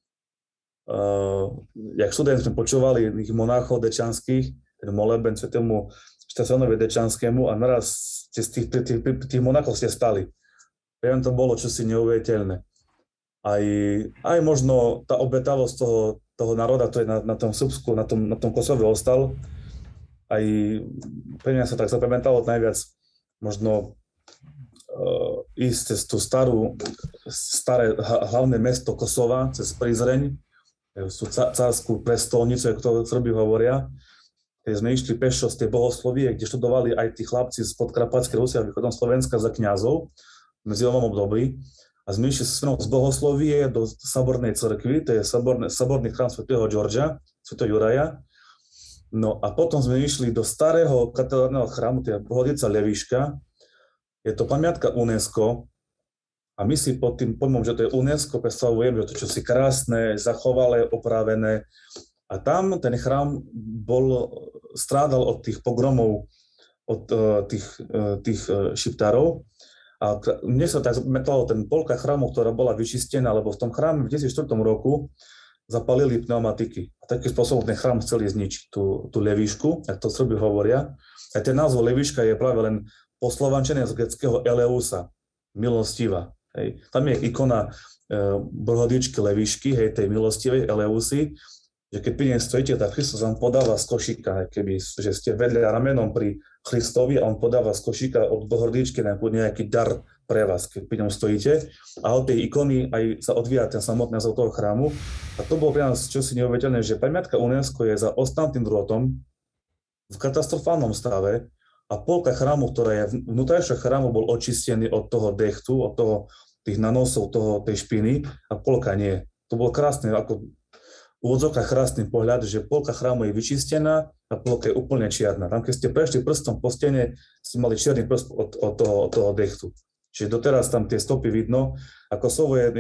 Jak študent sme počúvali tých monáchov dečanských, ten moleben svätému Štefanovi Dečanskému a naraz z tých monáchov ste stali. Pre mňa to bolo čosi neuveriteľné. Aj možno tá obetavosť toho národa, to je na tom Srbsku, na tom Kosove ostal. Aj pre mňa sa tak zapamätalo najviac možno ísť cez tú staré hlavné mesto Kosova, cez Prizreň, tú cárskú prestolnicu, ako to Srbi hovoria. Keď sme išli pešo z tej bohoslovie, kde študovali aj tí chlapci z Podkarpatskej Rusie a východom Slovenska za kňazov v medziovom období. A sme išli z bohoslovie do Sabornej cirkvi, to je saborný chrám svätého Georgia, svätého Juraja. No a potom sme išli do starého katedrálneho chrámu, to je Bohodica Leviška. Je to pamiatka UNESCO a my si pod tým pojmom, že to je UNESCO, predstavujeme, že to čo si krásne, zachovalé, opravené. A tam ten chrám strádal od tých pogromov, od tých šiptárov. A mne sa tak metalo ten polka chrámu, ktorá bola vyčistená, lebo v tom chráme v 2004 roku zapalili pneumatiky. A takým spôsobom ten chrám chceli zničiť, tú levíšku, ak to Srbi hovoria. A ten názov levíška je práve len poslovančené z gréckeho Eleusa, milostivá. Hej. Tam je ikona bohodičky levíšky, hej, tej milostivej Eleusy, že keď pri nej stojíte, tak Kristus vám podáva z košíka, keby, že ste vedľa ramenom pri Kristovi a on podáva z košíka od bohordičky nejaký dar pre vás, keď pri ňom stojíte. A od tej ikony aj sa odvíja ten samotný názov toho chrámu. A to bolo pre nás čosi neuveriteľné, že pamiatka UNESCO je za ostnatým drôtom v katastrofálnom stave a polka chrámu, ktorá je vnútrajšia chrámu, bol očistený od toho dechtu, od toho, tých nanosov, tej špiny a polka nie. To bolo krásne, ako úvodzovka krásny pohľad, že polka chrámu je vyčistená a polka je úplne čierna. Tam, keď ste prešli prstom po stene, ste mali čierny prst od toho dechtu. Čiže doteraz tam tie stopy vidno. A Kosovo je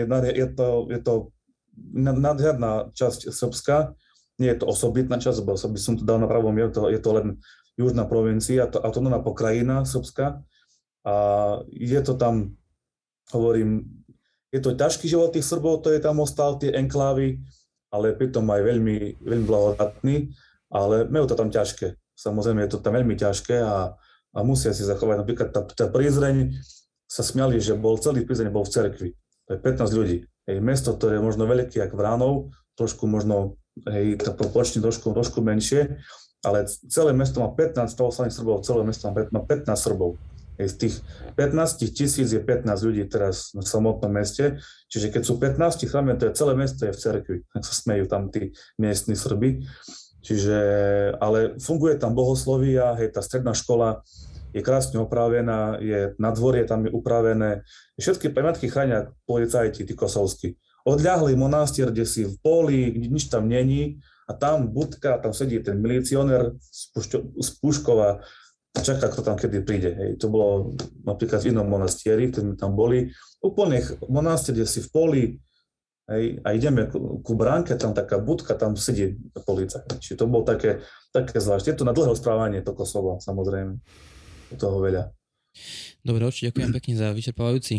to nádherná časť Srbska. Nie je to osobitná časť, bo by som to dal na pravom mieru, je to len južná provincia, autonómna pokrajina Srbska. A je to tam, hovorím, je to ťažký život tých Srbov, to je tam ostal, tie enklávy, ale pritom aj veľmi, veľmi blahodatný, ale majú to tam ťažké. Samozrejme je to tam veľmi ťažké a musia si zachovať. Napríklad tá Prizreň sa smiali, že celý Prizreň bol v cerkvi. To je 15 ľudí. Mesto, ktoré je možno veľké, jak Vránov, trošku možno, proporčne trošku menšie, ale celé mesto má 15 pravoslavných Srbov, celé mesto má 15 Srbov. Z tých 15 000 je 15 ľudí teraz na samotnom meste, čiže keď sú 15 chráme, to je celé mesto je v cerkvi, tak sa smejú tam tí miestni Srbi. Čiže, ale funguje tam bohoslovia, tá stredná škola je krásne opravená, je nadvorie tam je upravené, všetky pamiatky chránia policajti, tí kosovskí. Odľahlý monastier, kde si v poli, nič tam není a tam budka, tam sedí ten milicionér z Puškova, čaká, kto tam kedy príde. Hej. To bolo napríklad v inom monastieri, ktorí tam boli. Úplne monastier, kde si v poli, hej, a ideme ku bránke, tam taká budka, tam sedí policajt. Čiže to bolo také zvláštne. Je to na dlhé rozprávanie, to Kosovo, samozrejme. Je toho veľa. Dobre, určite ďakujem pekne za vyčerpávajúci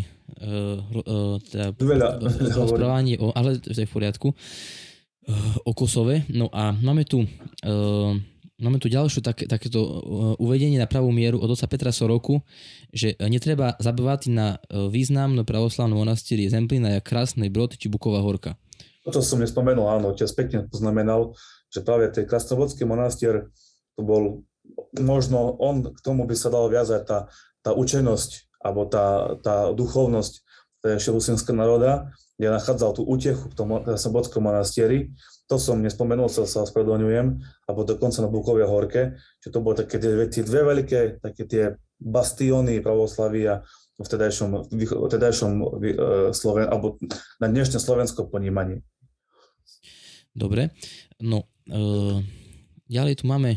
rozprávanie, ale to je v poriadku, o Kosove. No a máme tu ďalšiu takéto uvedenie na pravú mieru od otca Petra Soroku, že netreba zabávať na významnú pravoslavnú monastieri Zemplína, jak Krásny Brod či Buková Horka. Toto som nespomenul, áno, otec pekne poznamenal, že práve ten Krásnovodský monastier, to bol možno k tomu by sa dalo viazať tá učenosť, alebo tá duchovnosť šerusinského národa, kde nachádzal tú útechu v tom Krásnovodskom monastieri. To som nespomenul, sa ospravedlňujem, alebo dokonca na Bukovej Horke, že to boli také tie dve veľké, také tie bastióny pravoslavia v vtedajšom alebo na dnešné slovensko ponímaní. Dobre, no ďalej tu máme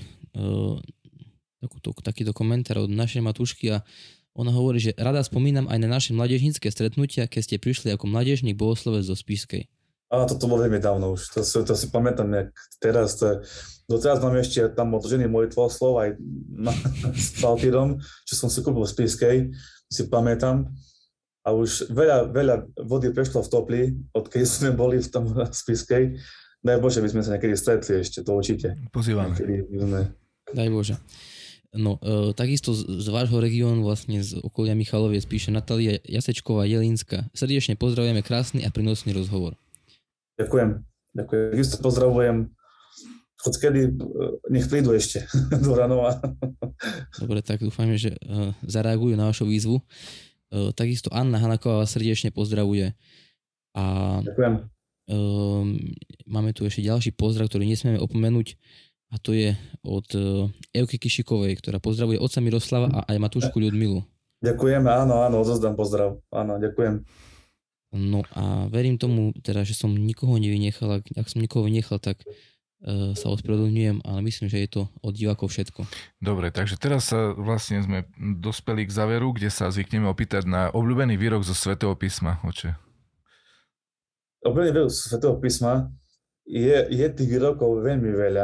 takýto komentár od našej Matúšky a ona hovorí, že rada spomínam aj na naše mládežnícke stretnutia, keď ste prišli ako mládežník bohoslovec zo Spišskej. A toto bolo veľmi dávno už, to si pamätám, jak teraz, doteraz mám ešte tam odložený molitvoslov aj s Paltírom, čo som si kúpil v Spišskej, si pamätám. A už veľa vody prešlo v Topli, odkedy sme boli v tom Spišskej. Daj Bože, by sme sa niekedy stretli ešte, to určite. Pozývame. Daj Bože. No, takisto z vášho regiónu, vlastne z okolia Michaloviec, píše Natália Jasečková Jelínska. Srdečne pozdravujeme, krásny a prínosný rozhovor. Ďakujem. Isto pozdravujem. Odkedy nech prídu ešte do Ranova. Dobre, tak dúfajme, že zareagujú na vašu výzvu. Takisto Anna Hanaková vás srdečne pozdravuje. A ďakujem. Máme tu ešte ďalší pozdrav, ktorý nesmieme opomenúť, a to je od Evky Kišikovej, ktorá pozdravuje otca Miroslava a aj Matúšku Ľudmilu. Ďakujem, áno, odozdám pozdrav. Áno, ďakujem. No a verím tomu, teda, že som nikoho nevynechal. Ak som nikoho vynechal, tak sa ospravedlňujem, ale myslím, že je to od divákov všetko. Dobre, takže teraz sa vlastne sme dospeli k záveru, kde sa zvykneme opýtať na obľúbený výrok zo Svätého písma, oče. Obľúbený výrok zo Svätého písma, je tých výrokov veľmi veľa.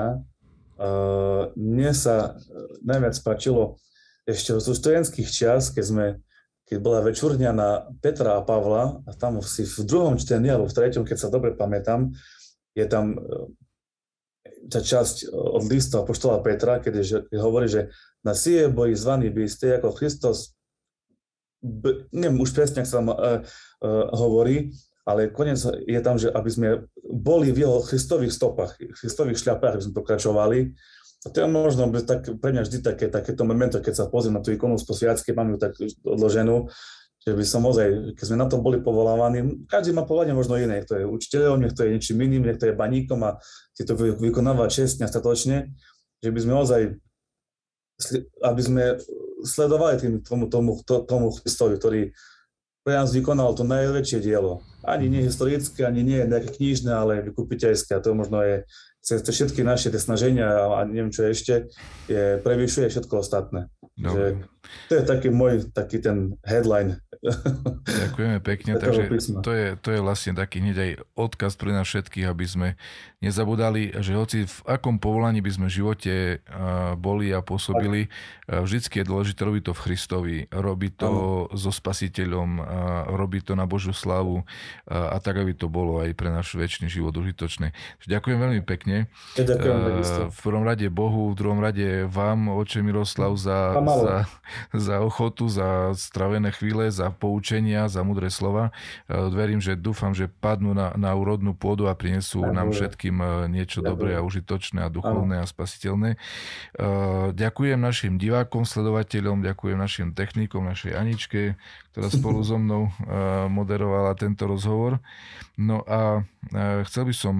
Mne sa najviac páčilo ešte zo studentských čias, keď bola večurňa na Petra a Pavla, a tam si v druhom čtení, alebo v treťom, keď sa dobre pamätám, je tam tá časť od listu apoštola Petra, keď hovorí, že na sie boli zvaní by ste ako Kristus, neviem už presne, ak sa tam hovorí, ale koniec je tam, že aby sme boli v jeho Kristových stopách, Kristových šľapách, aby sme pokračovali. A to je možno pre mňa vždy takéto momento, keď sa pozriem na tú ikonu z posviacky, mám ju tak odloženú, že by som ozaj, keď sme na to boli povolávaní, každý má povolanie možno iné, niekto je učiteľom, niekto je niečím iným, niekto je baníkom a si to vykonáva čestne a statočne, že by sme ozaj, aby sme sledovali tomu Kristovi, ktorý pre nás vykonal to najväčšie dielo. Ani nie historické, ani nie nejaké knižné, ale vykupiteľské. A to možno je cez všetky naše snaženia a neviem čo ešte, prevyšuje všetko ostatné. Že to je taký ten headline. Ďakujeme pekne. Takže to je vlastne taký hneď aj odkaz pre nás všetkých, aby sme nezabudali, že hoci v akom povolaní by sme v živote boli a pôsobili, vždycky je dôležité robiť to v Kristovi, robiť to so Spasiteľom, robiť to na Božiu slávu a tak, aby to bolo aj pre náš večný život užitočné. Ďakujem veľmi pekne. V prvom rade Bohu, v druhom rade vám, oče Miroslav, za ochotu, za stravené chvíle, za poučenia, za múdre slova. Verím, dúfam, že padnú na úrodnú pôdu a prinesú nám všetkým niečo dobré a užitočné a duchovné a spasiteľné. Ďakujem našim divákom, sledovateľom, ďakujem našim technikom, našej Aničke, ktorá spolu so mnou moderovala tento rozhovor. No a chcel by som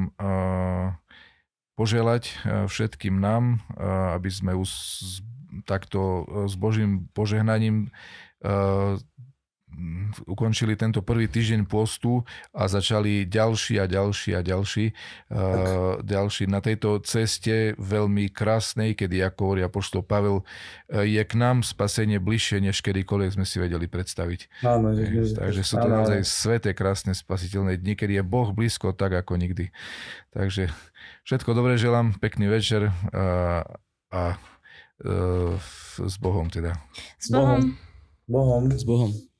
poželať všetkým nám, aby sme takto s Božím požehnaním ukončili tento prvý týždeň postu a začali ďalší na tejto ceste veľmi krásnej, kedy, ako hovorí apoštol Pavel, je k nám spasenie bližšie, než kedykoľvek sme si vedeli predstaviť. Áno, takže sú to naozaj sveté, krásne, spasiteľné dni, kedy je Boh blízko tak, ako nikdy. Takže všetko dobré želám, pekný večer a s Bohom teda. S Bohom. Bohom. S Bohom.